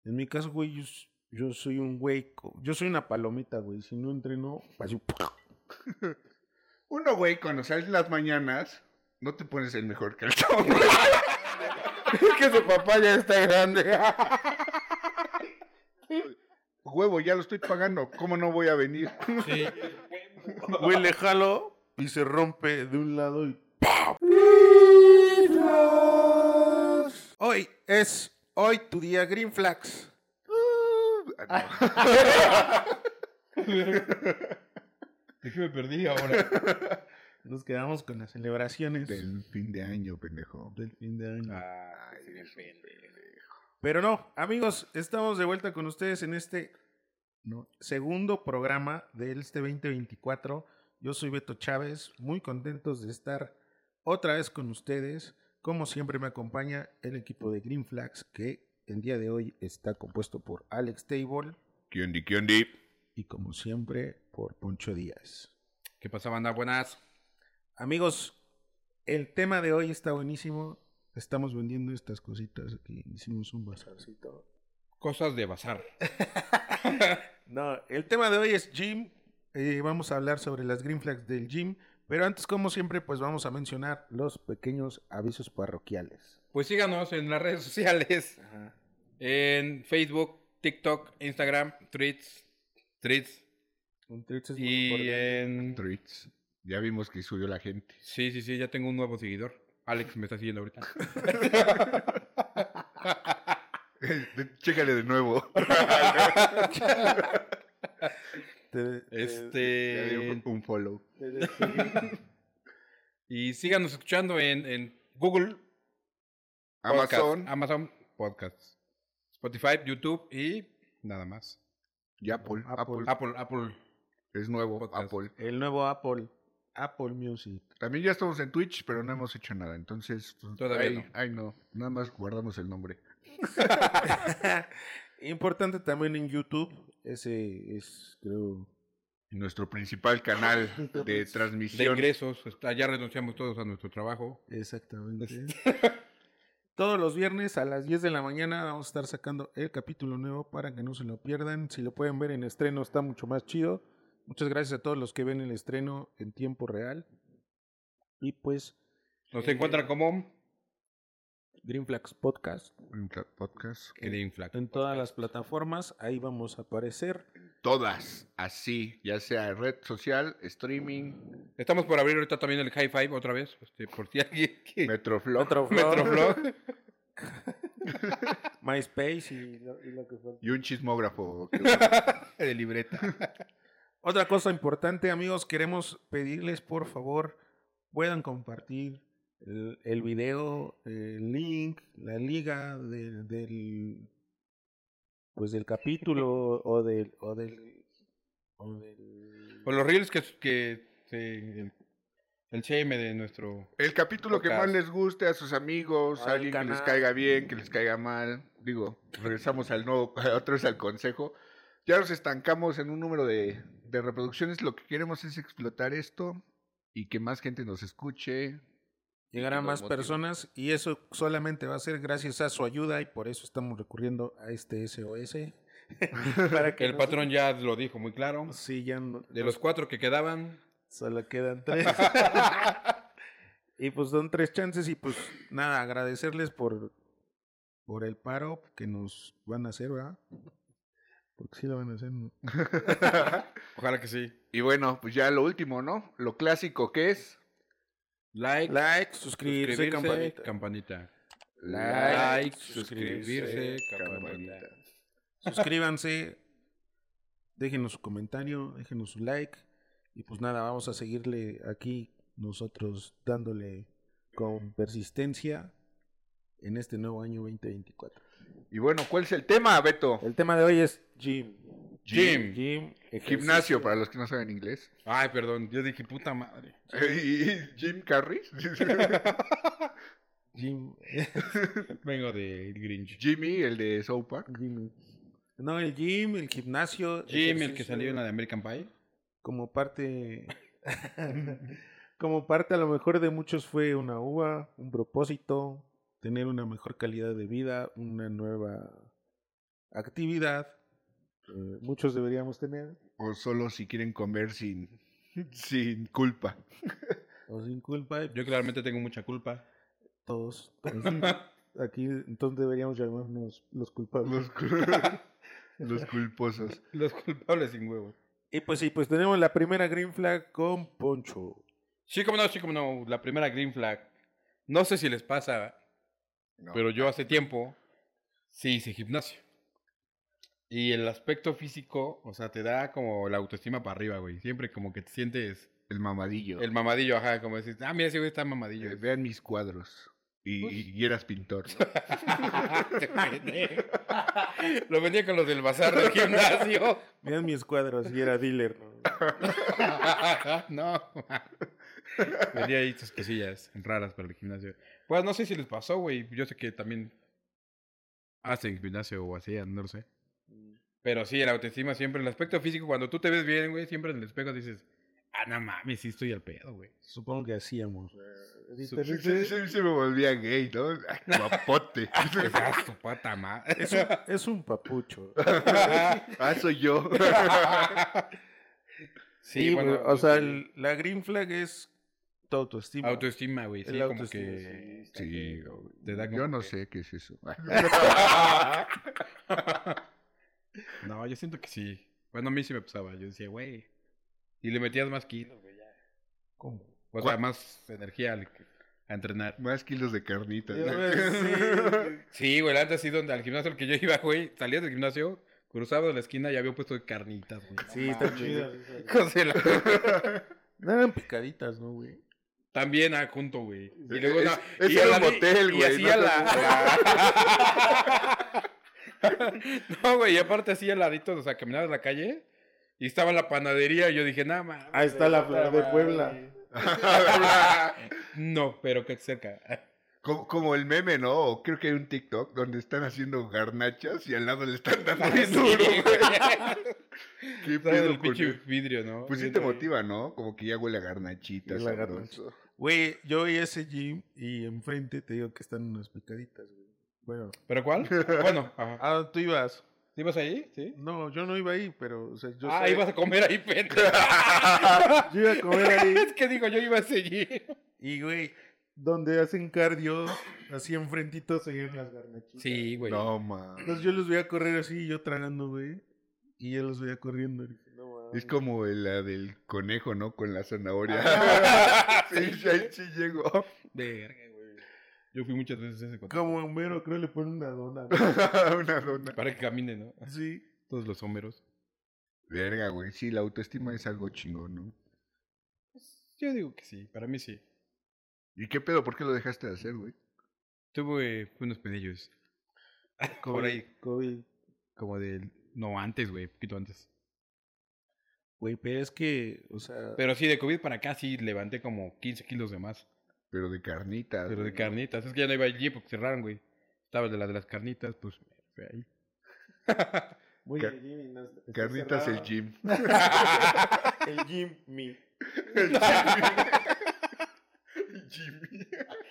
En mi caso, güey, yo soy un güey, yo soy una palomita, güey. Si no entreno, así, Uno, güey, cuando sales las mañanas, no te pones el mejor calzón. que su papá ya está grande. Huevo, ya lo estoy pagando. ¿Cómo no voy a venir? Sí. Güey, le jalo y se rompe de un lado y hoy tu día Green Flags. ¿De qué me perdí ahora? Nos quedamos con las celebraciones Del fin de año, pendejo. del fin de año. Ay, bien pendejo. Pero no, amigos, estamos de vuelta con ustedes en este segundo programa de este 2024. Yo soy Beto Chávez, muy contentos de estar otra vez con ustedes. Como siempre me acompaña el equipo de Green Flags, que el día de hoy está compuesto por Alex Table ¿Qué ondi? y como siempre por Poncho Díaz. ¿Qué pasa, banda? Buenas. Amigos, el tema de hoy está buenísimo. Estamos vendiendo estas cositas aquí. Hicimos un bazarcito. Cosas de bazar. No, el tema de hoy es gym. Vamos a hablar sobre las green flags del gym. Pero antes, como siempre, pues vamos a mencionar los pequeños avisos parroquiales. Pues síganos en las redes sociales. Ajá. En Facebook, TikTok, Instagram, Threads. Un tweet es muy Y importante. en... Treats. Ya vimos que subió la gente. Sí, ya tengo un nuevo seguidor. Alex me está siguiendo ahorita. Chécale de nuevo. Ya dio un follow. Y síganos escuchando en Google Amazon Podcasts, Spotify, YouTube y nada más. y Apple. Apple. Es nuevo, Podcast. Apple. El nuevo Apple Music. También ya estamos en Twitch, pero no hemos hecho nada. Entonces, pues, Todavía no. Nada más guardamos el nombre. Importante también en YouTube. Ese es, creo... Nuestro principal canal de De transmisión. ingresos. Ya renunciamos todos a nuestro trabajo. Exactamente. Todos los viernes a las 10 de la mañana vamos a estar sacando el capítulo nuevo para que no se lo pierdan. Si lo pueden ver en estreno está mucho más chido. Muchas gracias a todos los que ven el estreno en tiempo real. Y pues Nos encuentran como Green Flags Podcast Un podcast. Green Flag. en todas las plataformas. Ahí vamos a aparecer. Todas, así, ya sea red social, streaming, Estamos por abrir ahorita también el High Five otra vez. Por si alguien quiere. Metroflog Metroflog. MySpace y lo que falta. y un chismógrafo. De libreta. Otra cosa importante, amigos, queremos pedirles, por favor, puedan compartir el video, el link, la liga del capítulo o del O los reels el CM de nuestro... El capítulo que Podcast. más les guste a sus amigos, a Al alguien que les canal. caiga bien, que les caiga mal. Digo, regresamos al nuevo, otra vez al consejo. Ya nos estancamos en un número de reproducciones. Lo que queremos es explotar esto y que más gente nos escuche. llegar a nos más motive. personas y eso solamente va a ser gracias a su ayuda y por eso estamos recurriendo a este SOS. Para que El patrón ya lo dijo muy claro. Sí, ya De los 4 que quedaban, solo quedan 3. Y pues son 3 chances y pues nada, agradecerles por el paro que nos van a hacer, ¿verdad? Porque sí lo van a hacer, ¿no? ojalá que sí. Y bueno, pues ya lo último, ¿no? Lo clásico que es Like, Suscribirse, campanita. campanita. Like, suscribirse, campanita. Suscríbanse, déjenos su comentario, déjenos su like. Y pues nada, vamos a seguirle aquí nosotros dándole con persistencia en este nuevo año 2024. Y bueno, ¿cuál es el tema, Beto? El tema de hoy es gym. Gym. Gimnasio, para los que no saben inglés. Ay, perdón, yo dije puta madre. ¿Y Jim Carrey? Gym. Vengo de Grinch. Jimmy, el de South Park. Gym. No, el gym, el gimnasio. Jim, el que ejercicio, salió en la de American Pie. como parte como parte a lo mejor de muchos fue una uva, un propósito, tener una mejor calidad de vida, una nueva actividad, muchos deberíamos tener, O solo si quieren comer sin culpa. o sin culpa, Yo claramente tengo mucha culpa. todos. Aquí entonces deberíamos llamarnos los culpables. Los culposos. Los culpables sin huevos. Y pues sí, pues tenemos la primera green flag con Poncho. Sí, como no. La primera green flag. No sé si les pasa, No. pero yo hace tiempo sí hice gimnasio. Y el aspecto físico, o sea, te da como la autoestima para arriba, güey. Siempre como que te sientes El mamadillo. el mamadillo, ajá, como decir, mira, ese güey está mamadillo. Vean mis cuadros. Y eras pintor. Lo vendía con los del bazar del gimnasio. Miren mis cuadros y era dealer. ¿No? No. Vendía ahí estas cosillas raras para el gimnasio. Pues no sé si les pasó, güey. Yo sé que también hacen gimnasio o hacían, no lo sé. Pero sí, el autoestima siempre, el aspecto físico, cuando tú te ves bien, güey, siempre en el espejo dices, no mames, sí estoy al pedo, güey. Supongo que hacíamos. Se me volvía gay, ¿no? Ay, guapote. Qué pata madre. Es un papucho. Soy yo. Sí, bueno, o sea, la green flag es tu autoestima. autoestima, güey. Sí, El como autoestima, que Sí, te da como yo no que- sé qué es eso. No, yo siento que sí. Bueno, a mí sí me pasaba. Yo decía, güey. Y le metías más kilos, güey, ya. ¿Cómo? O sea, más energía a entrenar. Más kilos de carnitas. Sí, güey, antes sí, donde al gimnasio al que yo iba, güey, salías del gimnasio, cruzabas de la esquina y había puesto de carnitas, güey. Sí, está chido. No eran picaditas, ¿no, güey? También junto, güey. Y luego, Es y a un la- motel, y güey. así a No, güey, y aparte así al ladito, o sea, caminabas en la calle y estaba la panadería y yo dije, nada más. Ahí está la flor de Puebla. No, pero que cerca. Como el meme, ¿no? O creo que hay un TikTok donde están haciendo garnachas y al lado le están dando Sí, bien duro, güey. güey. ¿Qué Estaba pedo el con pinche eso? vidrio, ¿no? Pues sí te motiva, ¿no? Como que ya huele a garnachitas. La sabroso. Güey, yo voy a ese gym y enfrente te digo que están unas picaditas, güey. Bueno. ¿Pero cuál? Bueno, ajá. Ah, ¿tú ibas? ¿Ibas ahí? ¿Sí? No, yo no iba ahí, pero, o sea, yo Ibas a comer ahí, pendejo. yo iba a comer ahí. Es que digo, yo iba a seguir. Y, güey, donde hacen cardio, así enfrentito se ven las garnachitas. Sí, güey. No, man. Entonces yo los voy a correr así, yo tragando, güey. Y yo los voy a corriendo. Y dije, no, mames. Es como la del conejo, ¿no? Con la zanahoria. Sí, ahí sí llegó. Verga, güey. Yo fui muchas veces a ese contexto. Como Homero, creo le ponen una dona. Una dona. Para que camine, ¿no? Sí. Todos los homeros. Verga, güey. Sí, la autoestima es algo chingón, ¿no? Yo digo que sí, para mí sí. ¿Y qué pedo? ¿Por qué lo dejaste de hacer, güey? Tuve unos pedillos. Por ahí, COVID. como del... No, antes, güey, poquito antes. Güey, pero es que, o sea... Pero sí, de COVID para acá sí levanté como 15 kilos de más. Pero de carnitas. Pero de güey. carnitas. Es que ya no iba al gym porque cerraron, güey. Estaba de las carnitas, pues me fui ahí. Muy Car- el gym y no- está Carnitas el cerrado. gym. El gym, me. Jimmy.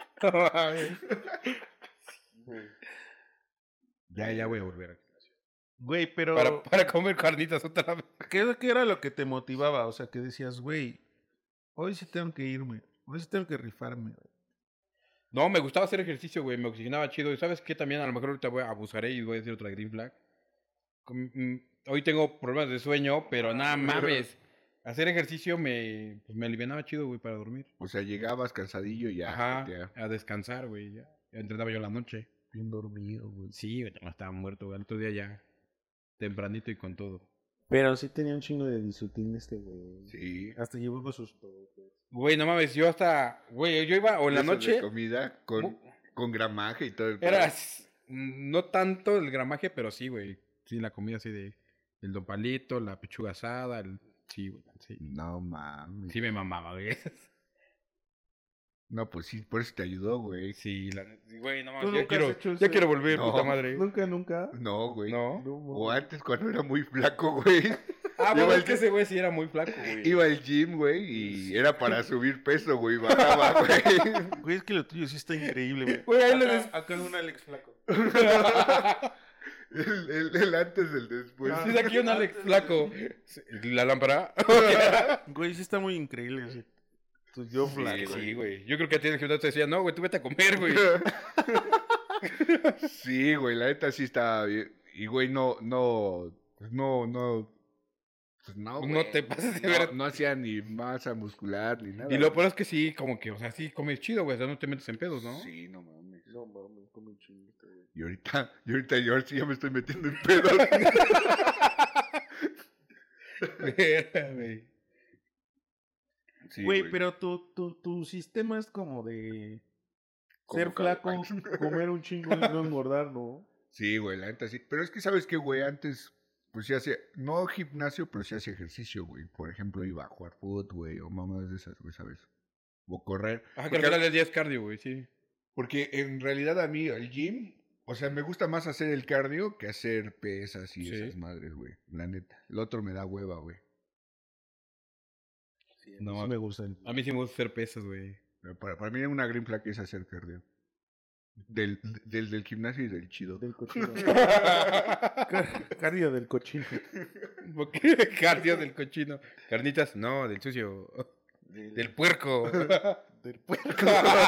Ya voy a volver al gimnasio. Güey, pero... Para comer carnitas otra vez. ¿Qué era lo que te motivaba? O sea, que decías, güey, hoy sí tengo que irme. Hoy sí tengo que rifarme. Güey. No, me gustaba hacer ejercicio, güey. Me oxigenaba chido. ¿Y sabes qué? También a lo mejor ahorita abusaré y voy a decir otra green flag. Hoy tengo problemas de sueño, pero nada mames. Hacer ejercicio me alivianaba chido, güey, para dormir. O sea, llegabas cansadillo y ya. Ajá, ya. a descansar, güey. Ya entrenaba yo en la noche. Bien dormido, güey. Sí, güey, no estaba muerto, güey. El otro día ya, tempranito y con todo. Pero sí tenía un chingo de disciplina este güey. Sí. Hasta llevaba sus toques. Güey, no mames, yo hasta, güey, yo iba, o en la Eso de noche, comida con gramaje y todo el era, pedo. no tanto el gramaje, pero sí, güey. Sí, la comida así de, el don palito, la pechuga asada, sí, güey, sí. No mames. Sí me mamaba, güey. No, pues sí, por eso te ayudó, güey. Sí, güey, no ¿Tú mames, nunca has hecho ya eso? quiero volver, No. puta madre. Nunca. No, güey. ¿No? O antes cuando era muy flaco, güey. Bueno, Iba es que ese güey sí era muy flaco, güey. Iba al gym, güey, y era para subir peso, güey. Bajaba, güey. Güey, es que lo tuyo sí está increíble, güey. Güey, ahí le des... Acá un Alex flaco. El antes del después. Sí, de aquí un Alex flaco. La lámpara. Güey, sí está muy increíble ese. Yo flaco. Sí, güey. Yo creo que a ti en el gimnasio te decía, no, güey, tú vete a comer, güey. Sí, güey, la neta sí estaba bien. Y, güey, pues no, No güey. te pases de No, ver. no hacía ni masa muscular ni nada. Y lo peor es que sí, como que, o sea, sí comes chido, güey. O sea, no te metes en pedos, ¿no? Sí, no mames. No mames, come un chinguito, güey. Y ahorita yo sí ya me estoy metiendo en pedos. Verga, güey. Sí, Güey, pero tu sistema es como de ser flaco, comer un chingo y no engordar, ¿no? Sí, güey, la neta sí. Pero es que, ¿sabes qué, güey? Antes, pues sí hacía, no gimnasio, pero sí hacía ejercicio, güey. Por ejemplo, iba a jugar fútbol, güey, o mamadas de esas, güey, ¿sabes? O correr. Ah, que al final del día es cardio, güey, sí. Porque en realidad a mí, el gym, o sea, me gusta más hacer el cardio que hacer pesas y Sí. esas madres, güey. La neta. El otro me da hueva, güey. Sí, No, sí me gusta. A mí sí me gusta hacer pesas, güey. Para mí una green flag es hacer cardio. Del gimnasio y del chido. Del cochino. Cardio del cochino. ¿Por qué? Cardio del cochino. Carnitas, no, del sucio. Del puerco. Del puerco.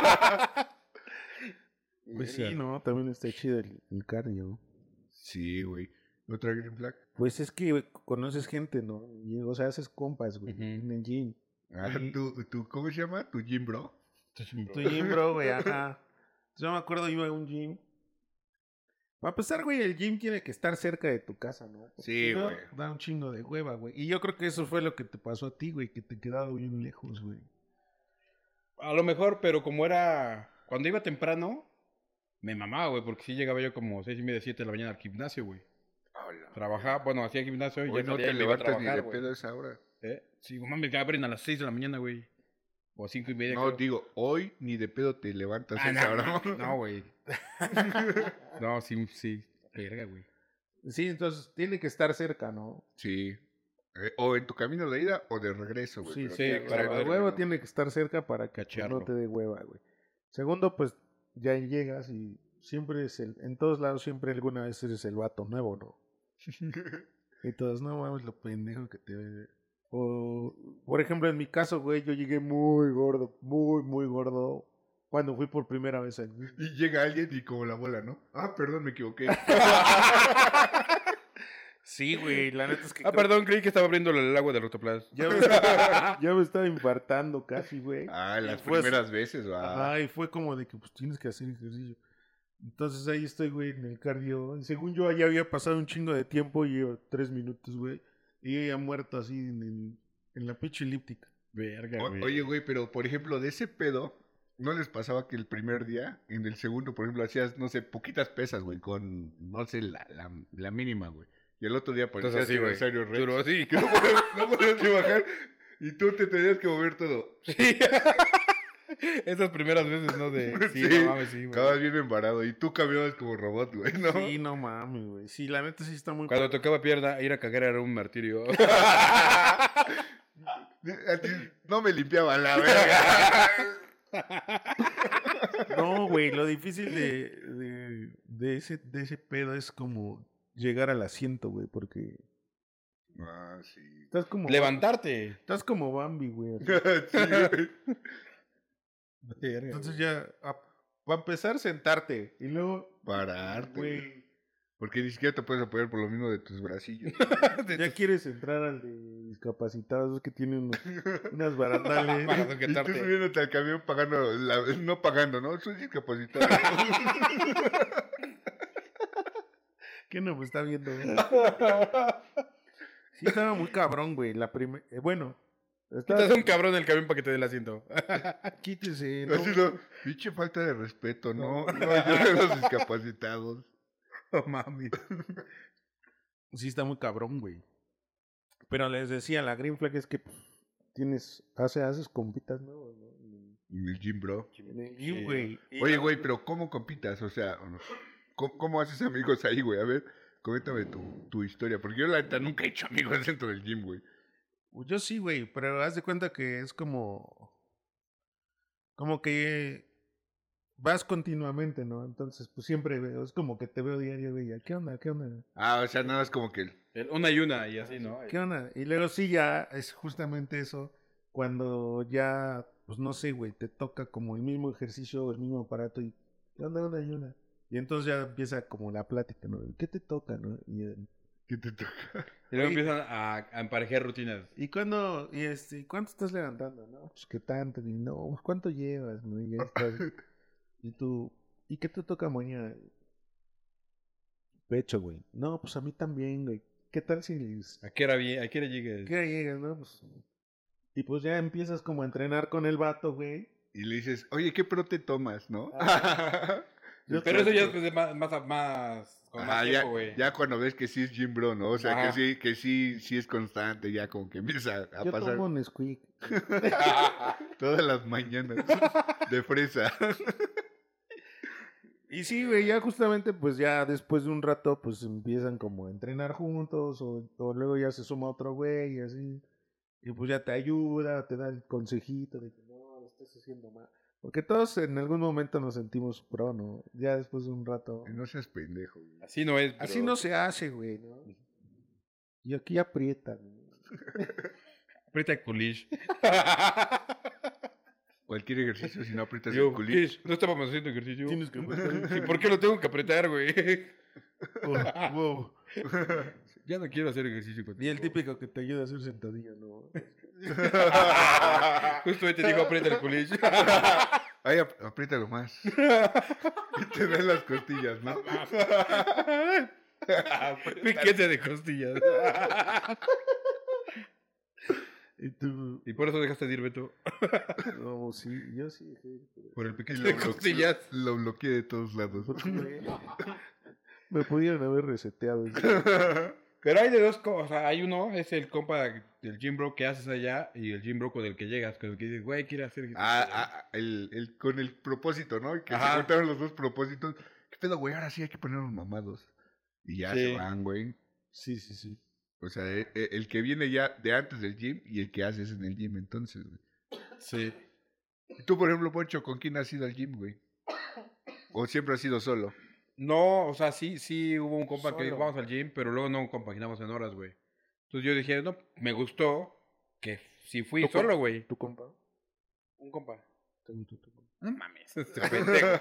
Pues sí, no, también está chido el cardio. Sí, güey. ¿Otra green flag? Pues es que güey, conoces gente, ¿no? Y, o sea, haces compas, güey, Ujú. en el gym. Ah, Y- ¿tú, ¿cómo se llama? ¿Tu gym, bro? Tu gym, bro, güey, ajá. Yo me acuerdo, iba a un gym. Para empezar, güey, el gym tiene que estar cerca de tu casa, ¿no? Porque Sí, si no, güey. da un chingo de hueva, güey. Y yo creo que eso fue lo que te pasó a ti, güey, que te quedaba bien lejos, güey. A lo mejor, pero como era... Cuando iba temprano, me mamaba, güey, porque sí llegaba yo como 6:30, 7 de la mañana al gimnasio, güey. Trabajaba, bueno, hacía gimnasio y Hoy ya no salía te y me iba a levantas ni de trabajar, güey. pedo a esa hora. Sí, mames, que abren a las 6 de la mañana, güey. O 5:30. No, creo. digo, hoy ni de pedo te levantas a Ah, esa hora. no, güey. No, sí. Verga, güey. Sí, entonces tiene que estar cerca, ¿no? Sí. O en tu camino de ida o de regreso, güey. Sí, pero sí, tiene que para ser el poder- huevo cerca, ¿no? tiene que estar cerca para que pues, Cacharlo. no te dé hueva, güey. Segundo, pues ya llegas y siempre es en todos lados siempre alguna vez eres el vato nuevo, ¿no? Y todos, no mames, lo pendejo que te ve. O, por ejemplo, en mi caso, güey, yo llegué muy gordo, muy gordo, cuando fui por primera vez al gym. Y llega alguien y como la bola, ¿no? Ah, perdón, me equivoqué. Sí, güey, la neta es que Ah, perdón, creí que estaba abriendo el agua del Rotoplas. ya me estaba infartando casi, güey. Ah, las Pues- primeras veces, va. Ajá, y fue como de que pues tienes que hacer ejercicio. Entonces ahí estoy, güey, en el cardio. Y según yo, ya había pasado un chingo de tiempo, y llevo 3 minutos, güey. Y yo ya muerto así en la pinche elíptica. Verga, güey. Oye, güey, pero por ejemplo, de ese pedo, ¿no les pasaba que el primer día, en el segundo, por ejemplo, hacías, no sé, poquitas pesas, güey, con, no sé, la mínima, güey? Y el otro día Entonces parecías así, güey. Rosario Rex, Duro así. que no podías ni bajar y tú te tenías que mover todo. Sí. Esas primeras veces, ¿no? De... Sí, Sí. no mames, sí, güey. Acabas bien embarado y tú caminabas como robot, güey, ¿no? Sí, no mames, güey. Sí, la neta sí está muy... Cuando tocaba pierna, ir a cagar era un martirio. A ti no me limpiaba la verga. No, güey, lo difícil de ese pedo es como llegar al asiento, güey, porque Ah, sí. estás como... Levantarte. Estás como Bambi, güey. así. Sí, güey. Entonces ya, para empezar, sentarte. Y luego, Pararte, güey. güey, Porque ni siquiera te puedes apoyar por lo mismo de tus bracillos. ya quieres entrar al de discapacitados que tiene unas barandales. Para Y tú sujetarte. subiéndote al camión pagando, no pagando, ¿no? Soy discapacitado. ¿Qué no me está viendo? Sí, estaba muy cabrón, güey. Bueno, Estás un cabrón en el camión para que te dé el asiento. quítese, ¿no? Así no, pinche falta de respeto, ¿no? No ayuda a los discapacitados. No mames. Sí, está muy cabrón, güey. Pero les decía, la green flag es que pues, haces compitas nuevas, ¿no? En el gym, bro. En el gym, güey. Y Oye, no- güey, pero ¿cómo compitas? O sea, ¿cómo haces amigos ahí, güey? A ver, coméntame tu historia. Porque yo, la neta, nunca he hecho amigos dentro del gym, güey. Pues yo sí, güey, pero haz de cuenta que es como que vas continuamente, ¿no? Entonces, pues siempre veo, es como que te veo diario, güey, ¿qué onda? ¿Qué onda? Ah, o sea, nada más como que... Una y una y así, ¿no? ¿Qué onda? Y luego sí, ya es justamente eso, cuando ya, pues no sé, güey, te toca como el mismo ejercicio, el mismo aparato y ¿qué onda? Una y una. Y entonces ya empieza como la plática, ¿no? ¿Qué te toca, no? ¿Qué te toca? Y luego Oye. empiezan a emparejar rutinas. ¿Y cuándo, cuánto estás levantando, no? Pues qué tanto, y no, pues, ¿cuánto llevas, no? Y ya estás, y tú, ¿y qué te toca mañana? Pecho, güey. No, pues a mí también, güey. ¿Qué tal si ¿A qué hora bien? ¿A qué hora llegues? ¿qué hora llegas, no? Pues, y pues ya empiezas como a entrenar con el vato, güey. Y le dices, oye, ¿qué pro te tomas, no? Yo Pero eso ya trato- después de más con Ajá, más ya, tiempo, güey. ya cuando ves que sí es Jim Bro, ¿no? O sea, Ajá. que sí es constante, ya como que empieza a Yo pasar tomo Nesquik. todas las mañanas de fresa. Y sí, güey, ya justamente, pues ya después de un rato, pues empiezan como a entrenar juntos, o luego ya se suma otro güey y así. Y pues ya te ayuda, te da el consejito de que no, lo estás haciendo mal. Porque todos en algún momento nos sentimos pro, ¿no? Ya después de un rato. No seas pendejo, güey. Así no es, Así pero- no se hace, güey, ¿no? Y aquí aprietan. ¿no? Aprieta el culish. Cualquier ejercicio, si no aprietas el Yo, culito. ¿qué? No estábamos haciendo ejercicio. Tienes que apretar. ¿Y por qué lo tengo que apretar, güey? Oh, wow. Ya no quiero hacer ejercicio contigo. Y el típico que te ayuda a hacer sentadilla, ¿no? Justo ahí te digo, aprieta el culish. Ay, apriétalo más. Y te ven las costillas, ¿no? Piquete de costillas. Y tú, Y por eso dejaste de ir, Beto. no, sí, yo sí dejé de ir, pero- Por el Y piquete de costillas. lo bloqueé de todos lados. Porque me pudieron haber reseteado. Pero hay de dos cosas. Hay uno, es el compa del gym bro que haces allá y el gym bro con el que llegas, con el que dices, güey, quiere hacer ejercicio. Con el propósito, ¿no? Y que Ajá. se juntaron los dos propósitos. ¿Qué pedo, güey? Ahora sí hay que ponernos mamados. Y ya Sí. se van, güey. Sí, sí, sí. O sea, el que viene ya de antes del gym y el que haces en el gym, entonces, güey. Sí. Y tú, por ejemplo, Poncho, ¿con quién has ido al gym, güey? ¿O siempre has ido solo? No, o sea, sí hubo un compa que dijo, Solo. vamos al gym, pero luego no compaginamos en horas, güey. Entonces yo dije, no, me gustó que sí fui ¿Tu solo, compa? güey. ¿Tu compa? Un compa. ¿Te gustó tu compa? No mames, este pendejo.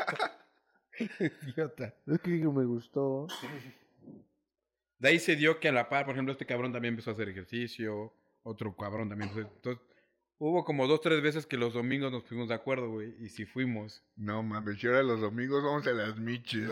Idiota. Es que me gustó. De ahí se dio que a la par, por ejemplo, este cabrón también empezó a hacer ejercicio, otro cabrón también. Entonces, hubo como 2, 3 veces que los domingos nos pusimos de acuerdo, güey, y sí fuimos. No mames, yo ahora los domingos vamos a las miches.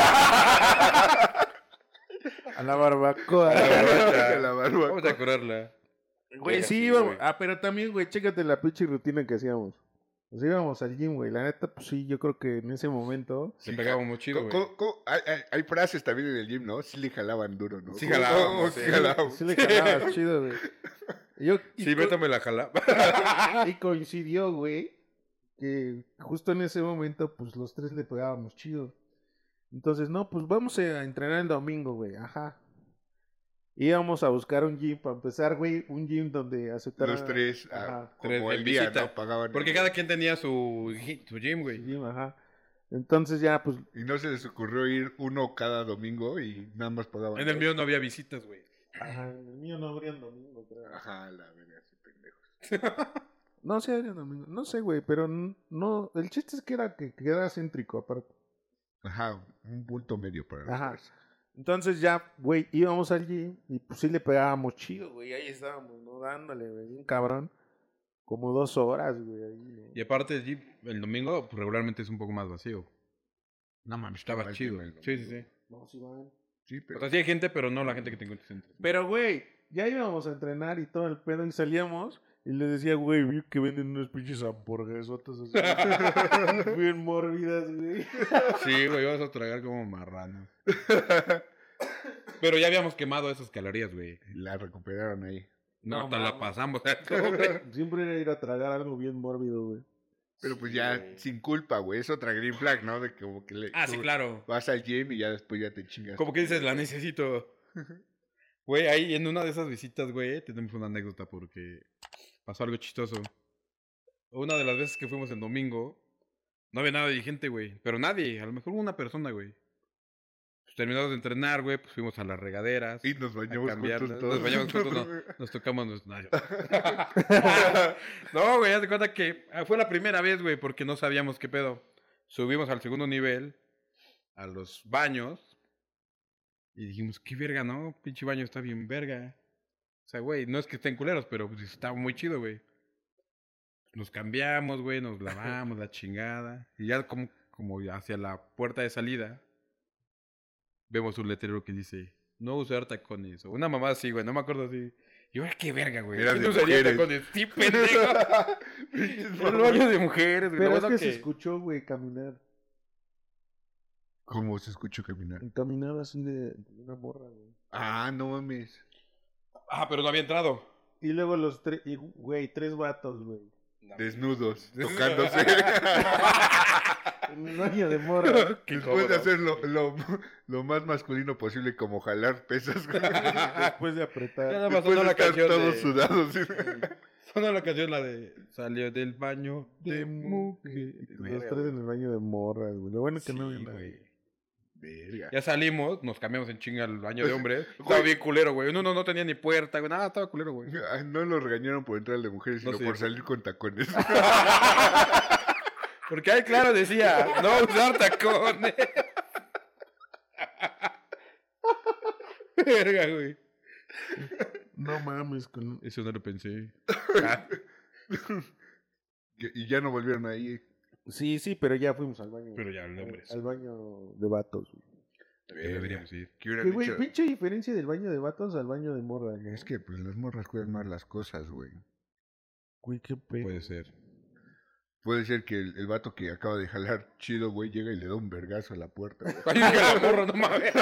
A la barbacoa. A la barbacoa. Vamos a curarla. Güey, sí, íbamos. Ah, pero también, güey, chécate la pinche rutina que hacíamos. Pues íbamos al gym, güey. La neta, pues sí, yo creo que en ese momento. Se pegábamos muy chido, güey. Hay frases también en el gym, ¿no? Sí le jalaban duro, ¿no? Sí jalábamos, Sí sí. jalábamos. Sí le jalabas chido, güey. Sí, Beto me la jala. Y coincidió, güey, que justo en ese momento, pues los tres le pegábamos chido. Entonces, no, pues vamos a entrenar el domingo, güey. Ajá. Íbamos a buscar un gym para empezar, güey. Un gym donde aceptaran. Los tres, Ajá. Tres como en el día, visita. ¿no? Pagaban. Porque cada quien tenía su gym, güey. Gym, ajá. Entonces ya, pues. Y no se les ocurrió ir uno cada domingo y nada más pagaban. En el dos. mío no había visitas, güey. Ajá, en el mío no habría domingo, creo. Ajá, la verga, ese pendejo. No, sí habría domingo. No sé, güey, pero no. El chiste es que era que quedara céntrico, aparte. Ajá, un punto medio para la Ajá. fuerza. Entonces ya, güey, íbamos allí y pues sí le pegábamos chido, güey. Ahí estábamos, ¿no? Dándole, güey, un cabrón. Como 2 horas, güey. Ahí, ¿no? Y aparte, el gym, el domingo pues, regularmente es un poco más vacío. No mames, Estaba mal chido. tema el Sí, sí, domingo. sí. No, sí van. Sí, O pero. sea, sí hay gente, pero no la gente que te encuentres en. Pero, güey, ya íbamos a entrenar y todo el pedo y salíamos y le decía, güey, vi que venden unos pinches hamburguesotas así. Bien mórbidas, güey. Sí, güey, vas a tragar como marranos. Pero ya habíamos quemado esas calorías, güey. La recuperaron ahí. No, No, hasta la mames. pasamos. güey. Siempre era ir a tragar algo bien mórbido, güey. Pero pues Sí, ya güey. sin culpa, güey. Es otra green flag, ¿no? De que como que Ah, sí, tú claro. vas al gym y ya después ya te chingas. Como que dices, la necesito. Güey, ahí en una de esas visitas, güey, tenemos una anécdota porque pasó algo chistoso. Una de las veces que fuimos el domingo, No había nada de gente, güey. Pero nadie. A lo mejor una persona, güey. Pues terminados de entrenar, güey, pues fuimos a las regaderas. Y nos a bañamos cambiarlas. juntos todos. Nos bañamos juntos, no. Nos tocamos. No, güey, haz de cuenta que fue la primera vez, güey, porque no sabíamos qué pedo. Subimos al segundo nivel, a los baños, y dijimos, qué verga, ¿no? Pinche baño está bien verga. O sea, güey, no es que estén culeros, pero pues, está muy chido, güey. Nos cambiamos, güey, nos lavamos la chingada. Y ya como hacia la puerta de salida, vemos un letrero que dice, no usar tacones. O una mamá así, güey, no me acuerdo así. Y yo, qué verga, güey. Era ¿Quién de usaría mujeres. tacones? Sí, pendejo. El baño de mujeres, güey. Pero Lo es bueno que se escuchó, güey, caminar. ¿Cómo se escuchó caminar? Caminar así de una morra, güey. Ah, no mames. Ah, pero no había entrado. Y luego los tres, güey, 3 vatos, güey. Desnudos, tocándose. En el baño de morra. Qué Después de cómodo. hacer lo más masculino posible, como jalar pesas. güey. Después de Ya apretar. nada más Después sonó de la estar canción todos de... sudados. ¿sí? Sonó la canción, la de... Salió del baño de mujer. Los tres en el baño de morra, güey. Lo bueno es que no había Sí, nadie. güey. Verga. Ya salimos, nos cambiamos en chinga al baño de hombres. Estaba bien culero, güey. Uno no tenía ni puerta, güey. Nada, estaba culero, güey. Ay, no lo regañaron por entrar al de mujeres, No sino sé, por güey. salir con tacones. Porque ahí claro decía, no usar tacones. Verga, güey. No mames, con... Eso no lo pensé. Y ya no volvieron ahí. Sí, pero ya fuimos al baño. Pero ya, de hombres. Al baño de vatos, güey. Ya deberíamos ir. ¿Qué hubieran Que, güey, dicho? pinche diferencia del baño de vatos al baño de morra, ¿no? Es que pues las morras cuidan más las cosas, güey. Güey, qué pedo. Puede ser. Puede ser que el vato que acaba de jalar chido, güey, llega y le da un vergazo a la puerta. güey. Ay, que la morra, no mames.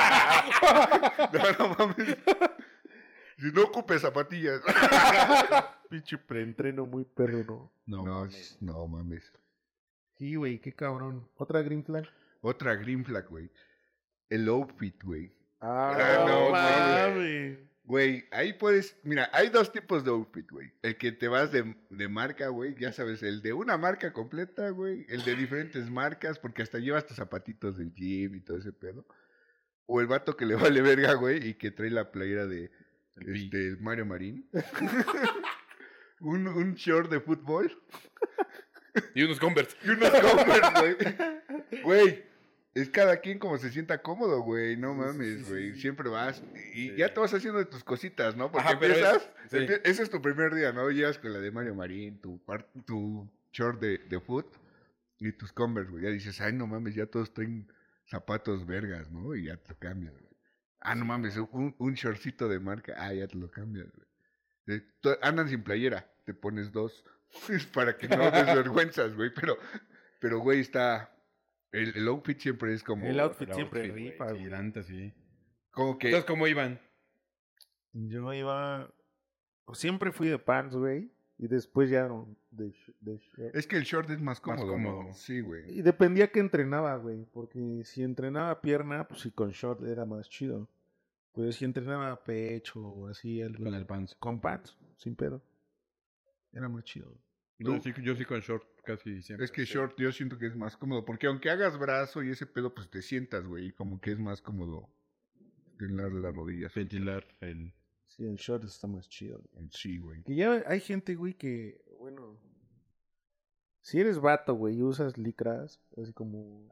No mames. Si no ocupes zapatillas. Pinche preentreno muy perro, ¿no? No mames. Sí, güey, qué cabrón. ¿Otra green flag? Otra green flag, güey. El outfit, güey. Ah, no no mames. mames. Güey, ahí puedes... Mira, hay dos tipos de outfit, güey. El que te vas de marca, güey. Ya sabes, el de una marca completa, güey. El de diferentes marcas, porque hasta llevas tus zapatitos del gym y todo ese pedo. O el vato que le vale verga, güey, y que trae la playera de Mario Marín. un short de fútbol. Y unos Converse. Y unos Converse, güey. Güey, es cada quien como se sienta cómodo, güey. No mames, güey. Siempre vas y ya te vas haciendo de tus cositas, ¿no? Porque Ajá, pero empiezas... sí. Ese es tu primer día, ¿no? Llegas con la de Mario Marín, tu short de foot y tus Converse, güey. Ya dices, ay, no mames, ya todos traen zapatos vergas, ¿no? Y ya te lo cambias, güey. Ah, no mames, un shortcito de marca. Ah, ya te lo cambias, güey. Andan sin playera, te pones dos. Es para que no desvergüenzas, güey. Pero, güey, está... El outfit siempre es como... El outfit El siempre outfit, rifa, güey. güey. Sí, la neta, sí. Como que... Entonces, ¿cómo iban? Yo iba... Siempre fui de pants, güey. Y después ya de short. Es que el short es más cómodo, cómodo. ¿no? Sí, güey. Y dependía que entrenaba, güey. Porque si entrenaba pierna, pues sí, con short era más chido. Pero si entrenaba pecho o así, algo, Con el pants. con pants, sin pedo. Era más chido. No, yo sí con short casi siempre. Es que short yo siento que es más cómodo, porque aunque hagas brazo y ese pedo, pues te sientas, güey, y como que es más cómodo tener las rodillas. Ventilar el... Sí, el short está más chido, güey. Sí, güey. Que ya hay gente, güey, que, bueno... Si eres vato, güey, y usas licras, así como...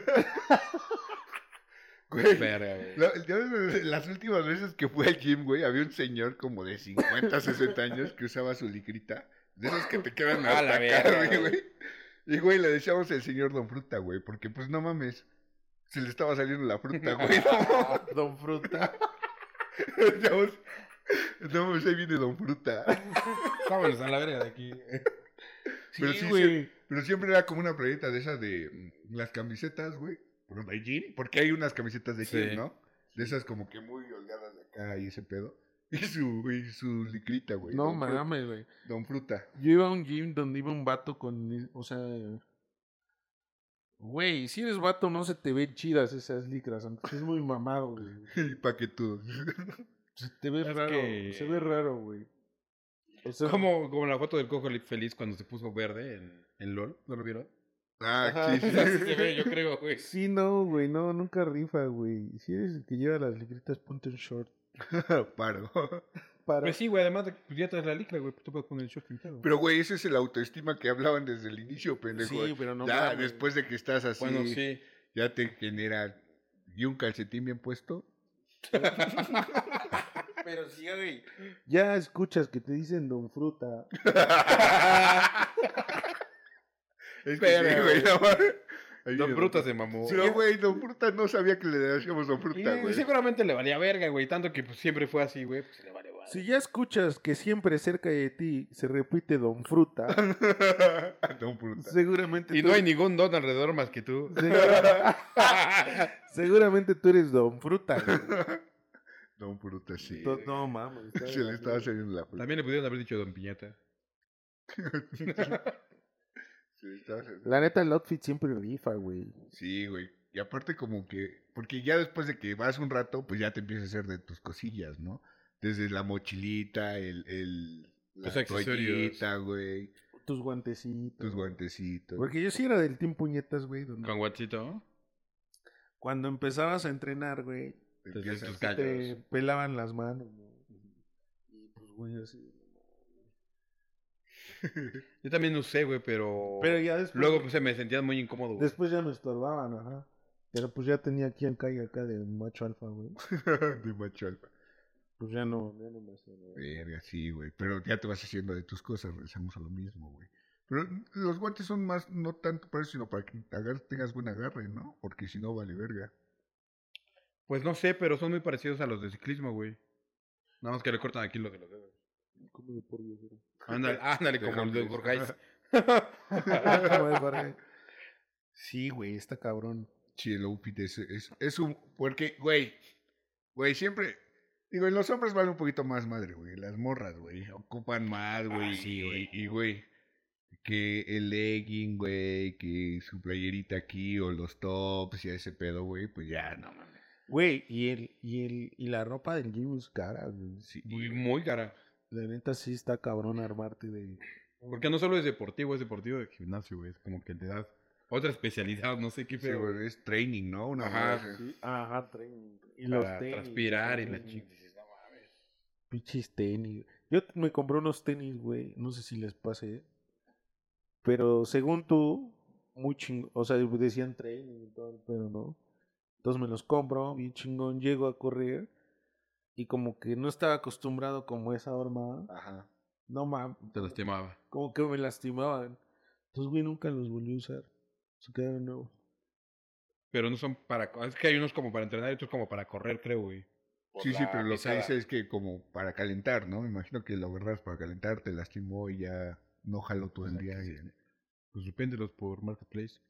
Güey, Verga, güey. las últimas veces que fui al gym, güey, había un señor como de 50, 60 años que usaba su licrita, de esos que te quedan A la hasta verga, acá, güey. güey. Y, güey, le decíamos el señor Don Fruta, güey, porque, pues, no mames, se le estaba saliendo la fruta, güey. Don Fruta. Decíamos, no mames, ahí viene Don Fruta. Vámonos a la verga de aquí. Pero Sí, sí, güey. pero siempre era como una playeta de esas de las camisetas, güey. Pero de gym, porque hay unas camisetas de gym, Sí. ¿no? De esas como que muy holgadas de acá y ese pedo. Y su licrita, güey. No Don Fruta. mames, güey. Don Fruta. Yo iba a un gym donde iba un vato con... O sea... Güey, si eres vato no se te ven chidas esas licras. Es muy mamado, güey. Y paquetudo. Se te ve Es raro. que- Se ve raro, güey. O sea, Como la foto del cojo feliz cuando se puso verde en LOL. ¿No lo vieron? Ah, sí, sí. Así se ve, yo creo, güey. Sí, no, güey, no, nunca rifa, güey. Si eres el que lleva las libritas, ponte un short. Paro. Para... Pues sí, güey, además de que pues, ya traes la licra, güey, pues tú puedes poner el short pintado. Pero, güey, ese es el autoestima que hablaban desde el inicio, pendejo. Sí, pero no Ya, mames. después de que estás así, Bueno, sí. ya te genera... ¿Y un calcetín bien puesto? Pero sí, güey. Ya escuchas que te dicen Don Fruta. Es que sí, güey, no mames. Ahí Don viene Fruta se mamó. Pero, güey, Don Fruta no sabía que le decíamos Don Y, Fruta, güey. seguramente le valía verga, güey. Tanto que pues, siempre fue así, güey. Pues le vale verga. Si ya escuchas que siempre cerca de ti se repite Don Fruta, Don Fruta. seguramente Y tú... no hay ningún don alrededor más que tú. seguramente tú eres Don Fruta, güey. Don Fruta, sí. No mames. está Se le de estaba la- saliendo la fruta. También le pudieron haber dicho Don Piñata. Se le estaba saliendo. La neta, el outfit siempre rifa, güey. Sí, güey. Y aparte como que... Porque ya después de que vas un rato, pues ya te empiezas a hacer de tus cosillas, ¿no? Desde la mochilita, la Los accesorios. toallita, güey. Tus guantecitos. Tus guantecitos. Porque yo sí era del team puñetas, güey. donde Con guachito. Cuando empezabas a entrenar, güey, Te Desde empiezas- tus callos. te pelaban las manos, güey. Y pues, güey, así. Yo también usé, güey, pero... Pero ya después. Luego pues, se me sentía muy incómodo, güey. Después ya me estorbaban, ajá. Pero pues ya tenía aquí el calle acá de macho alfa, güey. de macho alfa. Pues ya no me hacía nada. Verga, sí, güey. Pero ya te vas haciendo de tus cosas, regresamos a lo mismo, güey. Pero los guantes son más, no tanto para eso, sino para que tengas buen agarre, ¿no? Porque si no, vale verga. Pues no sé, pero son muy parecidos a los de ciclismo, güey. Nada más que le cortan aquí los de los dedos. ¿Cómo de por Dios era? Ándale, De como el de Jorge. Jorge. ¿Cómo de Jorge? Sí, güey, está cabrón. Sí, el outfit es un... Porque, güey, siempre... Digo, en los hombres vale un poquito más madre, güey. Las morras, güey, ocupan más, güey. sí, güey. Y, güey, que el legging, güey, que su playerita aquí o los tops y ese pedo, güey, pues ya, no mames. Güey, y la ropa del gym es cara, güey. Sí, Muy cara. La neta sí está cabrón armarte de... Porque no solo es deportivo de gimnasio, güey. Es como que te das otra especialidad, no sé qué, sí, pero... güey, es training, ¿no? Una Ajá. madre así. Sí, ajá, training. Y los para tenis. transpirar y la también. chica. Dices, no mames. Pinches tenis. Yo me compré unos tenis, güey. No sé si les pasé. Pero según tú, muy chingón. O sea, decían training y todo, pero no. Entonces me los compro, bien chingón. Llego a correr. Y como que no estaba acostumbrado como esa horma. Ajá. No mames. Te lastimaba. Como que me lastimaban. Entonces, güey, nunca los volví a usar. Se quedaron nuevos. Pero no son para... Es que hay unos como para entrenar y otros como para correr, creo, güey. Por Sí, la pero lo que pisada. dice es que como para calentar, ¿no? Me imagino que lo agarras para calentar, te lastimó y ya no jaló todo el día. Pues supéndelos por Marketplace.